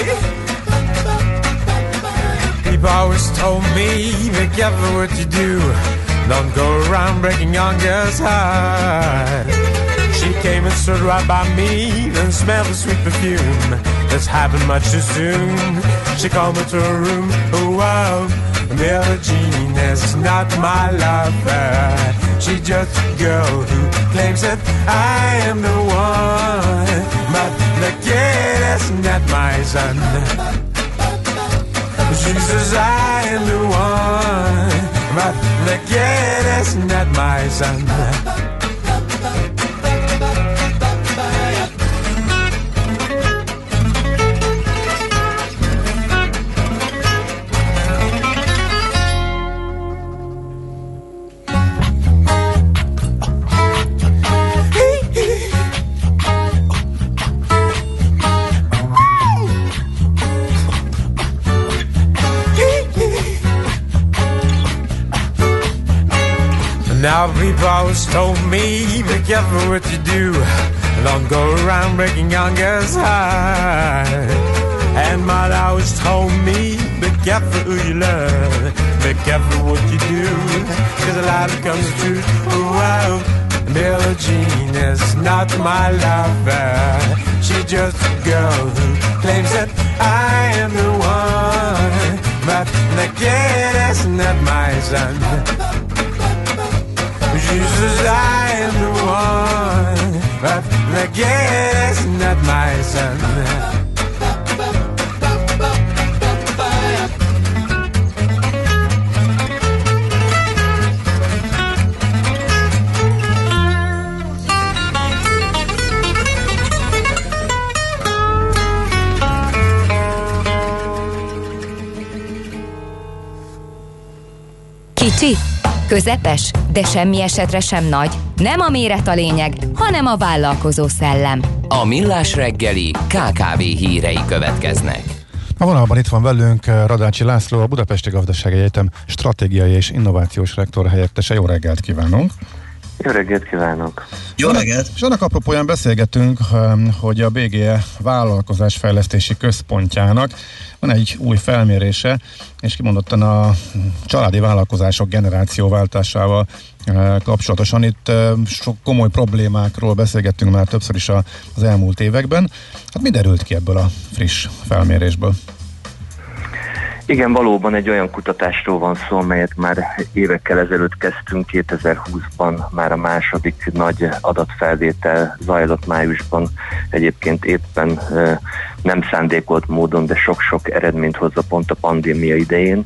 People always told me, be careful what you do. Don't go around breaking young girls' heart. She came and stood right by me, then smelled the sweet perfume. This happened much too soon. She called me to her room. Oh wow, Billie Jean is not my lover. She's just a girl who claims that I am the one, but the kid is not my son. She says I am the one, but the kid is not my son. Now people always told me, be careful what you do. Don't go around breaking young girls' heart. And mother always told me, be careful who you love. Be careful what you do, cause a lie becomes the truth. Oh wow, Billie Jean is not my lover. She's just a girl who claims that I am the one, but the kid is not my son. She says I am the one, but the kid is not my son. Kicsi, közepes, de semmi esetre sem nagy. Nem a méret a lényeg, hanem a vállalkozó szellem. A Millás reggeli ká ká vé hírei következnek. A vonalban itt van velünk Radácsi László, a Budapesti Gazdasági Egyetem stratégiai és innovációs rektor helyettese. Jó reggelt kívánunk! Jó reggelt kívánok! Jó reggelt! És annak apropóján beszélgetünk, hogy a bé gé é Vállalkozásfejlesztési Központjának van egy új felmérése, és kimondottan a családi vállalkozások generációváltásával kapcsolatosan. Itt sok komoly problémákról beszélgettünk már többször is az elmúlt években. Hát mi derült ki ebből a friss felmérésből? Igen, valóban egy olyan kutatásról van szó, amelyet már évekkel ezelőtt kezdtünk, kétezer-húszban már a második nagy adatfelvétel zajlott májusban, egyébként éppen nem szándékolt módon, de sok-sok eredményt hozza pont a pandémia idején.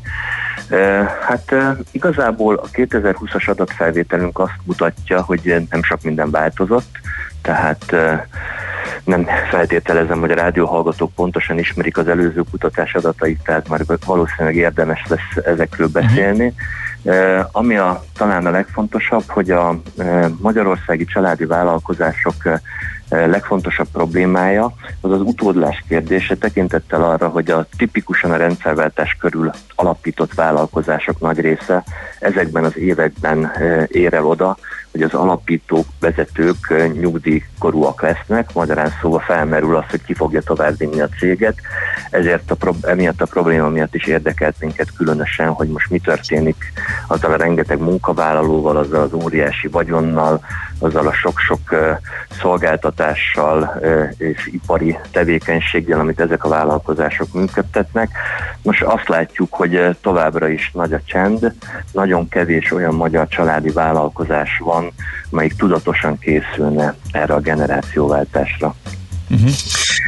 Hát igazából a kétezer-húszas adatfelvételünk azt mutatja, hogy nem sok minden változott, tehát nem feltételezem, hogy a rádióhallgatók pontosan ismerik az előző kutatás adatait, tehát már valószínűleg érdemes lesz ezekről beszélni. Uh, ami a, talán a legfontosabb, hogy a uh, magyarországi családi vállalkozások uh, legfontosabb problémája az az utódlás kérdése, tekintettel arra, hogy a tipikusan a rendszerváltás körül alapított vállalkozások nagy része ezekben az években uh, ér el oda, hogy az alapítók, vezetők uh, nyugdíjkorúak lesznek, magyarán szóval felmerül az, hogy ki fogja továbbvinni a céget, ezért a pro- emiatt a probléma miatt is érdekelt minket különösen, hogy most mi történik azzal a rengeteg munkavállalóval, azzal az óriási vagyonnal, azzal a sok-sok uh, szolgáltatással uh, és ipari tevékenységgel, amit ezek a vállalkozások működtetnek. Most azt látjuk, hogy uh, továbbra is nagy a csend, nagyon kevés olyan magyar családi vállalkozás van, amelyik tudatosan készülne erre a generációváltásra. Uh-huh.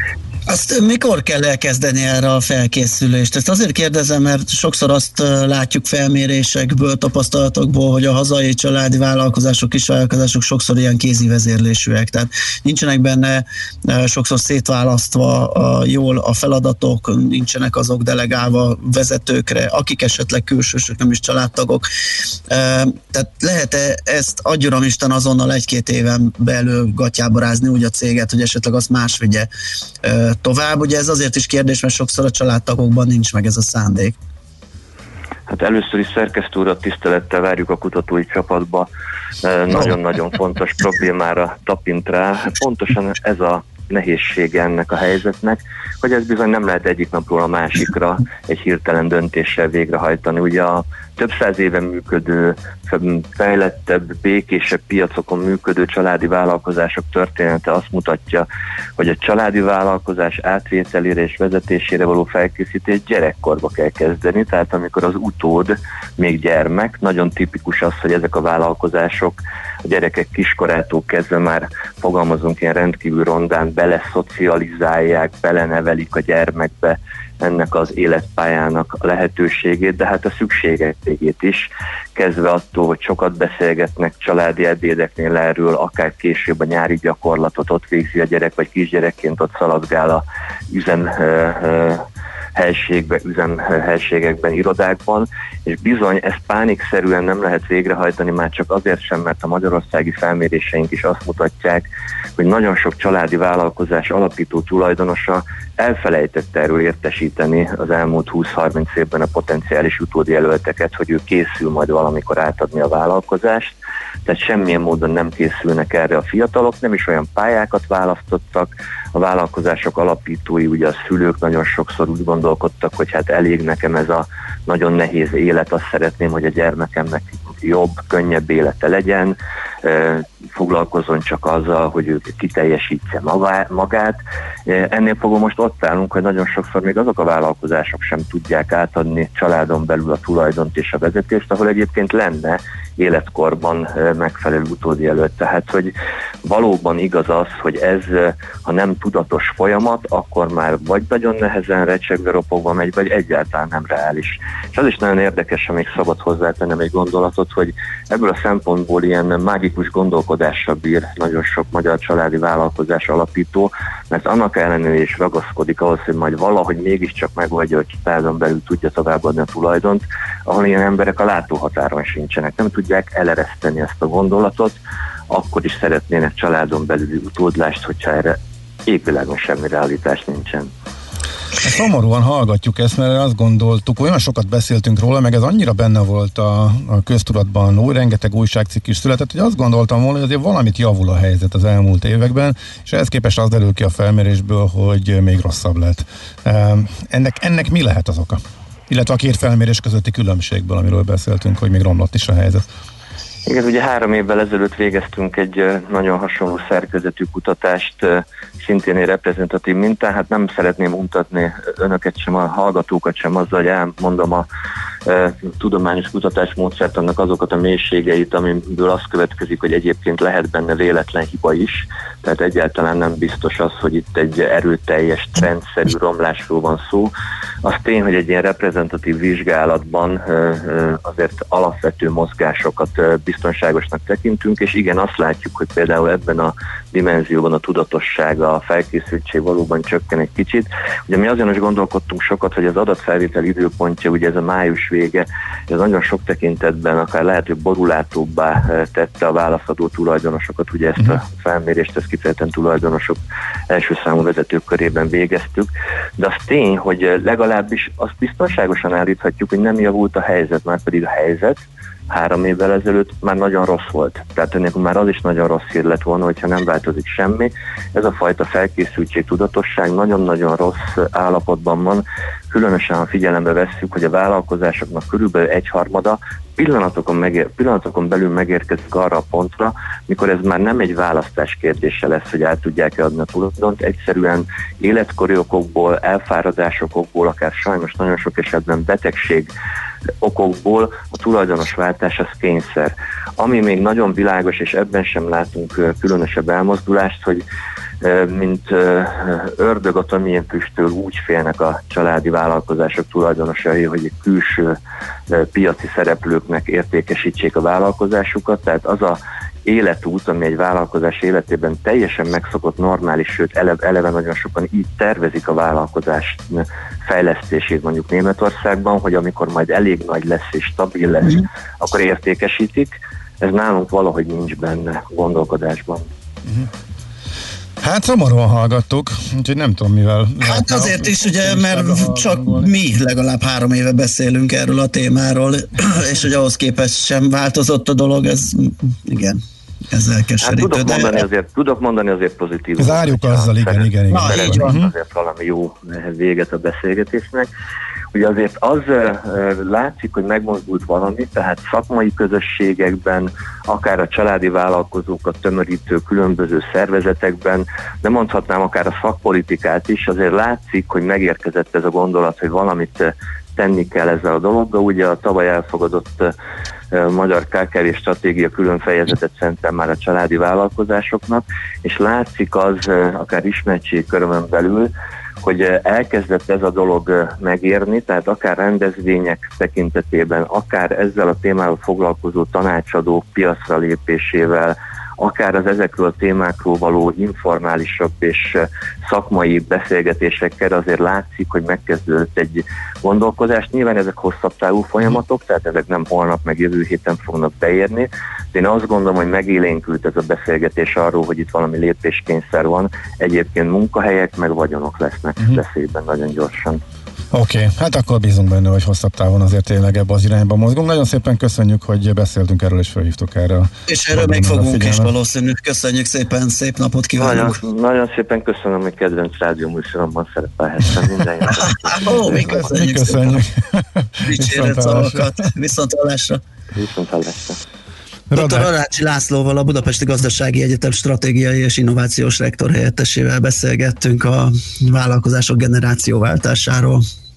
Azt mikor kell elkezdeni erre a felkészülést? Ezt azért kérdezem, mert sokszor azt látjuk felmérésekből, tapasztalatokból, hogy a hazai családi vállalkozások, kisvállalkozások sokszor ilyen kézi vezérlésűek, tehát nincsenek benne sokszor szétválasztva a, jól a feladatok, nincsenek azok delegálva vezetőkre, akik esetleg külsősök, nem is családtagok. Tehát lehet-e ezt adjon Isten azonnal egy-két éven belül gatyába rázni úgy a céget, hogy esetleg azt más vigye tovább? Ugye ez azért is kérdés, mert sokszor a családtagokban nincs meg ez a szándék. Hát először is szerkesztő urat tisztelettel várjuk a kutatói csapatba. Nagyon-nagyon fontos problémára tapint rá. Pontosan ez a nehézsége ennek a helyzetnek, hogy ez bizony nem lehet egyik napról a másikra egy hirtelen döntéssel végrehajtani. Ugye a több száz éve működő, fejlettebb, békésebb piacokon működő családi vállalkozások története azt mutatja, hogy a családi vállalkozás átvételére és vezetésére való felkészítést gyerekkorba kell kezdeni, tehát amikor az utód még gyermek, nagyon tipikus az, hogy ezek a vállalkozások a gyerekek kiskorától kezdve már, fogalmazunk ilyen rendkívül rondán, beleszocializálják, belenevelik a gyermekbe ennek az életpályának a lehetőségét, de hát a szükségességét is, kezdve attól, hogy sokat beszélgetnek családi ebédeknél erről, akár később a nyári gyakorlatot ott végzi a gyerek, vagy kisgyerekként ott szaladgál a üzem helységben, üzemhelységekben, irodákban, és bizony ezt pánikszerűen nem lehet végrehajtani, már csak azért sem, mert a magyarországi felméréseink is azt mutatják, hogy nagyon sok családi vállalkozás alapító tulajdonosa elfelejtette erről értesíteni az elmúlt húsz-harminc évben a potenciális utódi jelölteket, hogy ő készül majd valamikor átadni a vállalkozást, tehát semmilyen módon nem készülnek erre a fiatalok, nem is olyan pályákat választottak, a vállalkozások alapítói, ugye a szülők nagyon sokszor úgy gondolkodtak, hogy hát elég nekem ez a nagyon nehéz élet, azt szeretném, hogy a gyermekemnek jobb, könnyebb élete legyen, foglalkozzon csak azzal, hogy ő kiteljesítse magát. Ennél fogva most ott állunk, hogy nagyon sokszor még azok a vállalkozások sem tudják átadni családon belül a tulajdont és a vezetést, ahol egyébként lenne életkorban megfelelő utódi előtt. Tehát, hogy valóban igaz az, hogy ez, ha nem tudatos folyamat, akkor már vagy nagyon nehezen recsegve ropogva megy, vagy egyáltalán nem reális. És az is nagyon érdekes, ha még szabad hozzátennem egy gondolatot, hogy ebből a szempontból ilyen mágikus gondolkodással bír nagyon sok magyar családi vállalkozás alapító, mert annak ellenére is ragaszkodik ahhoz, hogy majd valahogy mégiscsak megoldja, hogy családon belül tudja továbbadni a tulajdont, ahol ilyen emberek a látóhatáron sincsenek, nem tudják elereszteni ezt a gondolatot, akkor is szeretnének családon belüli utódlást, hogyha erre égvilágon semmi realitás nincsen. Szomorúan hallgatjuk ezt, mert azt gondoltuk, olyan sokat beszéltünk róla, meg ez annyira benne volt a, a köztudatban, új, rengeteg újságcikk is született, hogy azt gondoltam volna, hogy azért valamit javul a helyzet az elmúlt években, és ehhez képest az derül ki a felmérésből, hogy még rosszabb lett. Ennek, ennek mi lehet az oka? Illetve a két felmérés közötti különbségből, amiről beszéltünk, hogy még romlott is a helyzet. Igen, ugye három évvel ezelőtt végeztünk egy nagyon hasonló szerkezetű kutatást, szintén egy reprezentatív mintán. Hát nem szeretném mutatni önöket sem, a hallgatókat sem azzal, hogy elmondom a e, tudományos kutatásmódszert, annak azokat a mélységeit, amiből az következik, hogy egyébként lehet benne véletlen hiba is. Tehát egyáltalán nem biztos az, hogy itt egy erőteljes, trendszerű romlásról van szó. Az tény, hogy egy ilyen reprezentatív vizsgálatban e, e, azért alapvető mozgásokat e, biztonságosnak tekintünk, és igen, azt látjuk, hogy például ebben a dimenzióban a tudatossága, a felkészültség valóban csökken egy kicsit. Ugye mi azért is gondolkodtunk sokat, hogy az adatfelvétel időpontja, ugye ez a május vége, ez nagyon sok tekintetben akár lehet, hogy borulátóbbá tette a válaszadó tulajdonosokat, ugye ezt a felmérést, ezt kifejezetten tulajdonosok első számú vezetők körében végeztük, de az tény, hogy legalábbis azt biztonságosan állíthatjuk, hogy nem javult a helyzet, már pedig a helyzet három évvel ezelőtt már nagyon rossz volt. Tehát ennek már az is nagyon rossz hír lett volna, hogyha nem változik semmi. Ez a fajta felkészültség, tudatosság nagyon-nagyon rossz állapotban van, különösen ha figyelembe vesszük, hogy a vállalkozásoknak körülbelül egyharmada pillanatokon, megér, pillanatokon belül megérkezik arra a pontra, mikor ez már nem egy választás kérdése lesz, hogy át tudják-e adni a tulajdont, egyszerűen életkori okokból, elfáradásokból, akár sajnos nagyon sok esetben betegség okokból a tulajdonosváltás az kényszer. Ami még nagyon világos, és ebben sem látunk különösebb elmozdulást, hogy mint ördög a töményfüsttől úgy félnek a családi vállalkozások tulajdonosai, hogy külső piaci szereplőknek értékesítsék a vállalkozásukat, tehát az a életút, ami egy vállalkozás életében teljesen megszokott, normális, sőt eleve, eleve nagyon sokan így tervezik a vállalkozás fejlesztését mondjuk Németországban, hogy amikor majd elég nagy lesz és stabil lesz, mm. akkor értékesítik. Ez nálunk valahogy nincs benne gondolkodásban. Mm. Hát szomorúan hallgattuk, úgyhogy nem tudom mivel. Hát azért is, ugye, mert csak mi legalább három éve beszélünk erről a témáról, és hogy ahhoz képest sem változott a dolog, ez igen, ezzel keserítő. Hát tudok, de... mondani azért, tudok mondani azért pozitív. Zárjuk azzal, igen, igen, igen. Na, így van. Azért valami jó véget a beszélgetésnek. Ugye azért az látszik, hogy megmozdult valami, tehát szakmai közösségekben, akár a családi vállalkozókat tömörítő különböző szervezetekben, de mondhatnám akár a szakpolitikát is, azért látszik, hogy megérkezett ez a gondolat, hogy valamit tenni kell ezzel a dologgal. Ugye a tavaly elfogadott magyar ká ká vé stratégia külön fejezetet szentel már a családi vállalkozásoknak, és látszik az, akár ismertségkörömön belül, hogy elkezdett ez a dolog megérni, tehát akár rendezvények tekintetében, akár ezzel a témával foglalkozó tanácsadók piacra lépésével, akár az ezekről a témákról való informálisabb és szakmai beszélgetésekkel azért látszik, hogy megkezdődött egy gondolkozás. Nyilván ezek hosszabb távú folyamatok, tehát ezek nem holnap meg jövő héten fognak beérni. De én azt gondolom, hogy megélénkült ez a beszélgetés arról, hogy itt valami lépéskényszer van. Egyébként munkahelyek meg vagyonok lesznek uh-huh. veszélyben nagyon gyorsan. Oké, okay, hát akkor bízunk benne, hogy hosszabb távon azért tényleg ebbe az irányba mozgunk. Nagyon szépen köszönjük, hogy beszéltünk erről és felhívtuk erre. És erről még fogunk is valószínűleg. Köszönjük szépen, szép napot kívánok! Nagyon, nagyon szépen köszönöm, hogy kedvenc rádióműsoromban szerepelhettem. Minden jót! Ó, mi köszönjük, köszönjük szépen! Dicséret szavakat! Viszont hallásra! Viszont hallásra! doktor Arácsi Lászlóval, a Budapesti Gazdasági Egyetem stratégiai és innovációs rektor helyettesével beszélgettünk a vállalkozások generációváltásáról.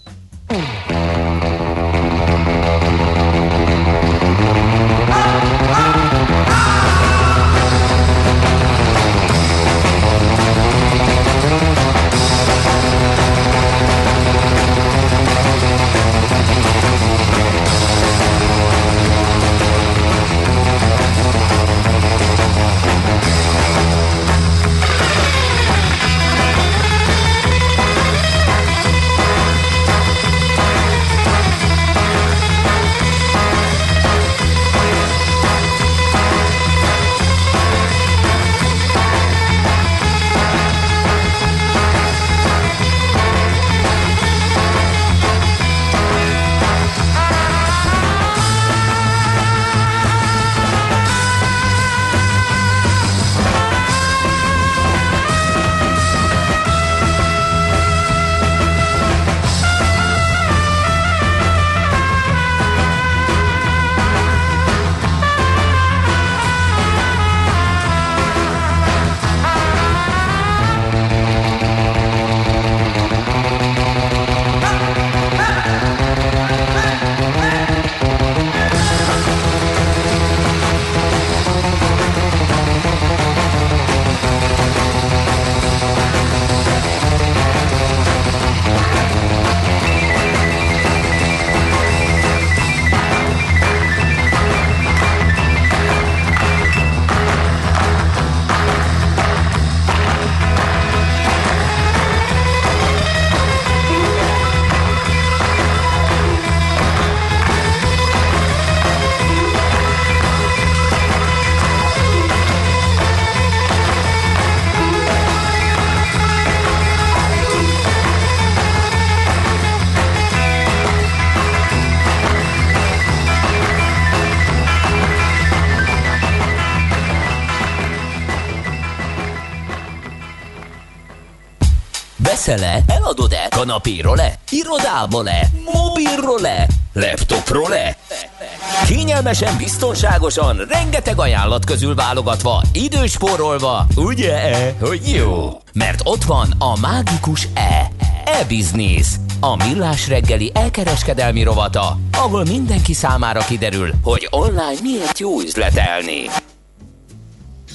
Veszel-e? Eladod-e? Kanapéról-e? Irodából-e? Mobilról-e? Laptopról-e? Kényelmesen, biztonságosan, rengeteg ajánlat közül válogatva, időspórolva, ugye-e, hogy jó? Mert ott van a mágikus E. E-Business, a millás reggeli elkereskedelmi rovata, ahol mindenki számára kiderül, hogy online miért jó üzletelni.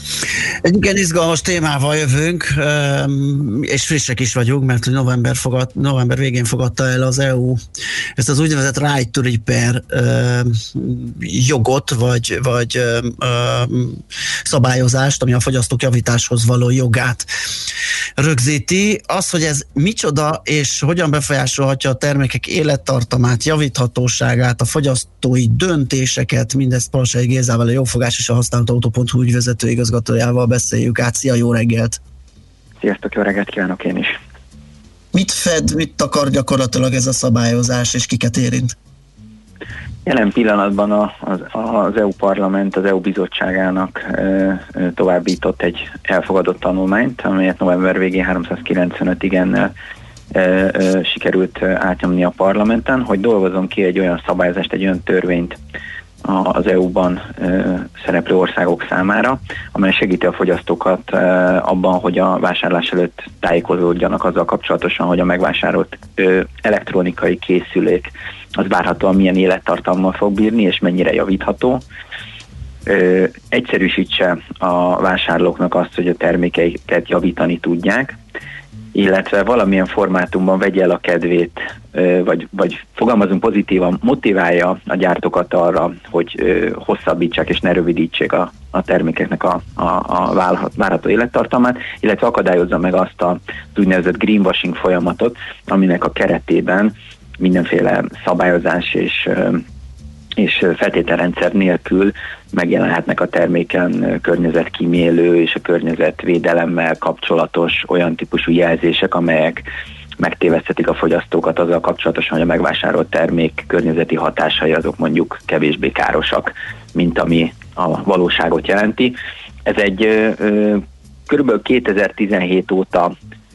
Egy igen izgalmas témával jövünk, és frissek is vagyunk, mert november, fogad, november végén fogadta el az é u ezt az úgynevezett right to repair jogot, vagy, vagy szabályozást, ami a fogyasztók javításhoz való jogát rögzíti. Az, hogy ez micsoda, és hogyan befolyásolhatja a termékek élettartamát, javíthatóságát, a fogyasztói döntéseket, mindezt Palsai Gézával, a Jófogás és a használt autó pont hu ügyvezető igazgatójával beszéljük át. Szia, jó reggelt! Sziasztok, jó reggelt kívánok én is! Mit fed, mit akar gyakorlatilag ez a szabályozás, és kiket érint? Jelen pillanatban a, az, az é u Parlament az é u Bizottságának e, e, továbbított egy elfogadott tanulmányt, amelyet november végén háromszázkilencvenöt igennel e, e, sikerült átnyomni a parlamenten, hogy dolgozzon ki egy olyan szabályozást, egy olyan törvényt az é u-ban e, szereplő országok számára, amely segíti a fogyasztókat e, abban, hogy a vásárlás előtt tájékozódjanak azzal kapcsolatosan, hogy a megvásárolt e, elektronikai készülék az várhatóan milyen élettartammal fog bírni, és mennyire javítható. Ö, egyszerűsítse a vásárlóknak azt, hogy a termékeiket javítani tudják, illetve valamilyen formátumban vegye el a kedvét, ö, vagy, vagy fogalmazunk pozitívan, motiválja a gyártókat arra, hogy ö, hosszabbítsák és ne rövidítsék a, a termékeknek a, a, a várható élettartamát, illetve akadályozza meg azt az úgynevezett greenwashing folyamatot, aminek a keretében mindenféle szabályozás és, és feltételrendszer nélkül megjelenhetnek a terméken környezetkímélő és a környezetvédelemmel kapcsolatos olyan típusú jelzések, amelyek megtévesztetik a fogyasztókat azzal kapcsolatosan, hogy a megvásárolt termék környezeti hatásai azok mondjuk kevésbé károsak, mint ami a valóságot jelenti. Ez egy ö, körülbelül kétezer-tizenhét óta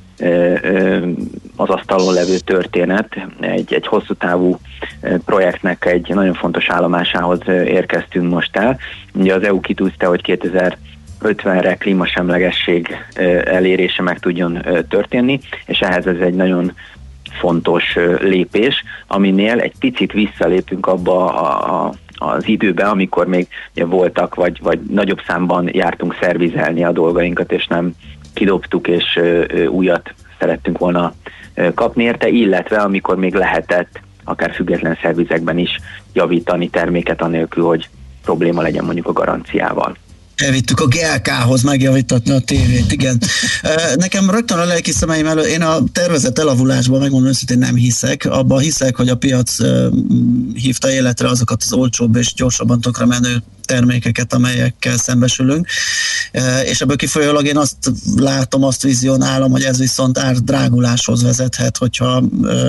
az asztalon levő történet, egy, egy hosszú távú projektnek egy nagyon fontos állomásához érkeztünk most el. Ugye az é u kitűzte, hogy kétezer-ötvenre klímasemlegesség elérése meg tudjon történni, és ehhez ez egy nagyon fontos lépés, aminél egy picit visszalépünk abba a, a az időben, amikor még voltak, vagy, vagy nagyobb számban jártunk szervizelni a dolgainkat, és nem kidobtuk, és ö, ö, újat szerettünk volna ö, kapni érte, illetve amikor még lehetett akár független szervizekben is javítani terméket anélkül, hogy probléma legyen mondjuk a garanciával. Elvittük a gé el ká-hoz megjavítatni a tévét, igen. Nekem rögtön a lelki szemeim elő, én a tervezett elavulásban, megmondom őszintén, nem hiszek. Abban hiszek, hogy a piac hívta életre azokat az olcsóbb és gyorsabban tönkre menő termékeket, amelyekkel szembesülünk. És ebből kifolyólag én azt látom, azt vizionálom, hogy ez viszont árdráguláshoz vezethet, hogyha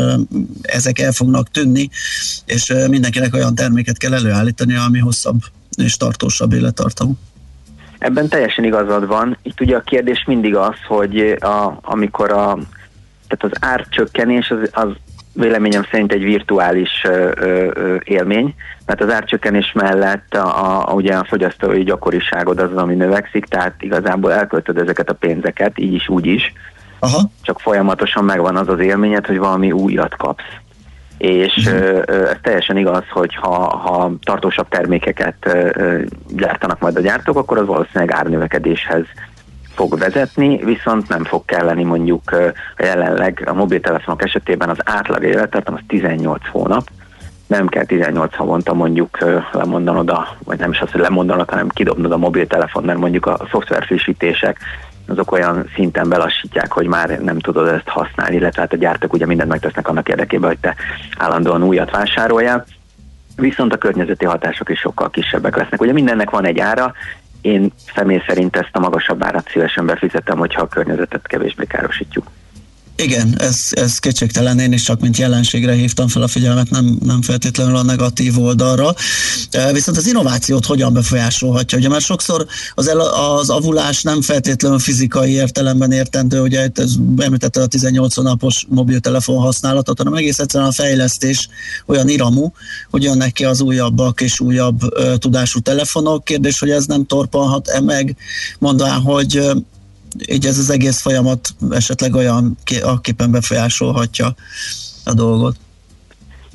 ezek el fognak tűnni, és mindenkinek olyan terméket kell előállítani, ami hosszabb és tartósabb élettartamú. Ebben teljesen igazad van. Itt ugye a kérdés mindig az, hogy a, amikor a, tehát az árcsökkenés az, az véleményem szerint egy virtuális ö, ö, élmény, mert az árcsökkenés mellett a, a, ugye a fogyasztói gyakoriságod az, ami növekszik, tehát igazából elköltöd ezeket a pénzeket, így is, úgy is. Aha. Csak folyamatosan megvan az az élményed, hogy valami újat kapsz. És uh-huh. ez teljesen igaz, hogy ha, ha tartósabb termékeket gyártanak majd a gyártók, akkor az valószínűleg árnövekedéshez fog vezetni, viszont nem fog kelleni mondjuk jelenleg a mobiltelefonok esetében az átlag élettartam az tizennyolc hónap, nem kell tizennyolc havonta mondjuk lemondanod a, vagy nem is az, hogy lemondanod, hanem kidobnod a mobiltelefon, mert mondjuk a szoftver frissítések azok olyan szinten belassítják, hogy már nem tudod ezt használni, illetve hát a gyártók ugye mindent megtesznek annak érdekében, hogy te állandóan újat vásároljál, viszont a környezeti hatások is sokkal kisebbek lesznek. Ugye mindennek van egy ára, én személy szerint ezt a magasabb árat szívesen befizetem, hogyha a környezetet kevésbé károsítjuk. Igen, ez, ez kétségtelen, én is csak mint jelenségre hívtam fel a figyelmet, nem, nem feltétlenül a negatív oldalra. Viszont az innovációt hogyan befolyásolhatja? Ugye már sokszor az, el, az avulás nem feltétlenül fizikai értelemben értendő, ugye itt említette a tizennyolc hónapos mobiltelefon használatot, hanem egész egyszerűen a fejlesztés olyan iramú, hogy jönnek ki az újabbak és újabb uh, tudású telefonok. Kérdés, hogy ez nem torpanhat-e meg, mondván, hogy uh, így ez az egész folyamat esetleg olyan, akiben befolyásolhatja a dolgot.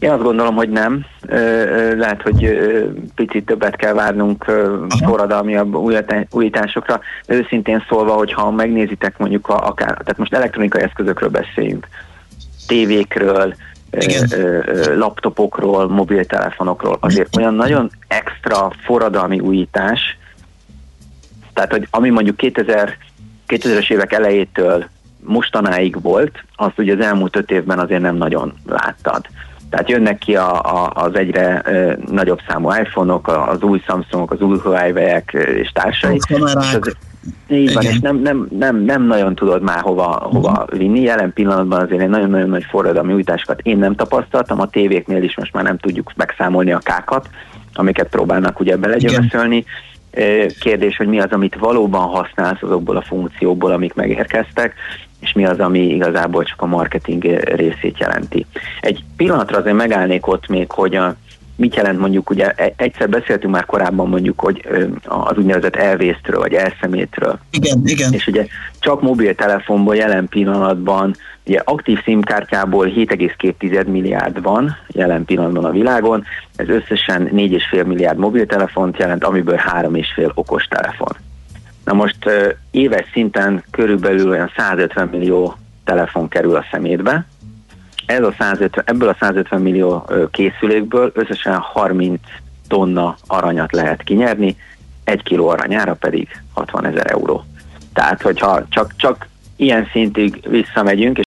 Én azt gondolom, hogy nem. Lehet, hogy picit többet kell várnunk forradalmiabb újításokra, de őszintén szólva, hogyha megnézitek mondjuk a, akár, tehát most elektronikai eszközökről beszéljünk, tévékről, Igen. laptopokról, mobiltelefonokról, azért olyan nagyon extra forradalmi újítás, tehát hogy ami mondjuk kétezres évek elejétől mostanáig volt, azt ugye az elmúlt öt évben azért nem nagyon láttad. Tehát jönnek ki a, a, az egyre e, nagyobb számú iPhone-ok, az új Samsungok, az új Huawei-ek és társai. És az, így van, és nem, nem, nem, nem nagyon tudod már hova, hova vinni. Jelen pillanatban azért egy nagyon-nagyon nagy forradalmi újításokat én nem tapasztaltam. A tévéknél is most már nem tudjuk megszámolni a kákat, amiket próbálnak ugye belegyömöszölni. Kérdés, hogy mi az, amit valóban használsz azokból a funkciókból, amik megérkeztek, és mi az, ami igazából csak a marketing részét jelenti. Egy pillanatra azért megállnék ott még, hogy a, mit jelent mondjuk, ugye egyszer beszéltünk már korábban mondjuk, hogy az úgynevezett elvésztről, vagy elszemétről. Igen, igen. És ugye csak mobiltelefonból jelen pillanatban, ugye aktív SIM-kártyából hét egész két milliárd van jelen pillanatban a világon, ez összesen négy egész öt milliárd mobiltelefont jelent, amiből három egész öt okostelefon. Na most éves szinten körülbelül olyan százötven millió telefon kerül a szemétbe. Ez a százötven, ebből a százötven millió készülékből összesen harminc tonna aranyat lehet kinyerni, egy kiló aranyára pedig hatvanezer euró. Tehát, hogyha csak, csak ilyen szintig visszamegyünk,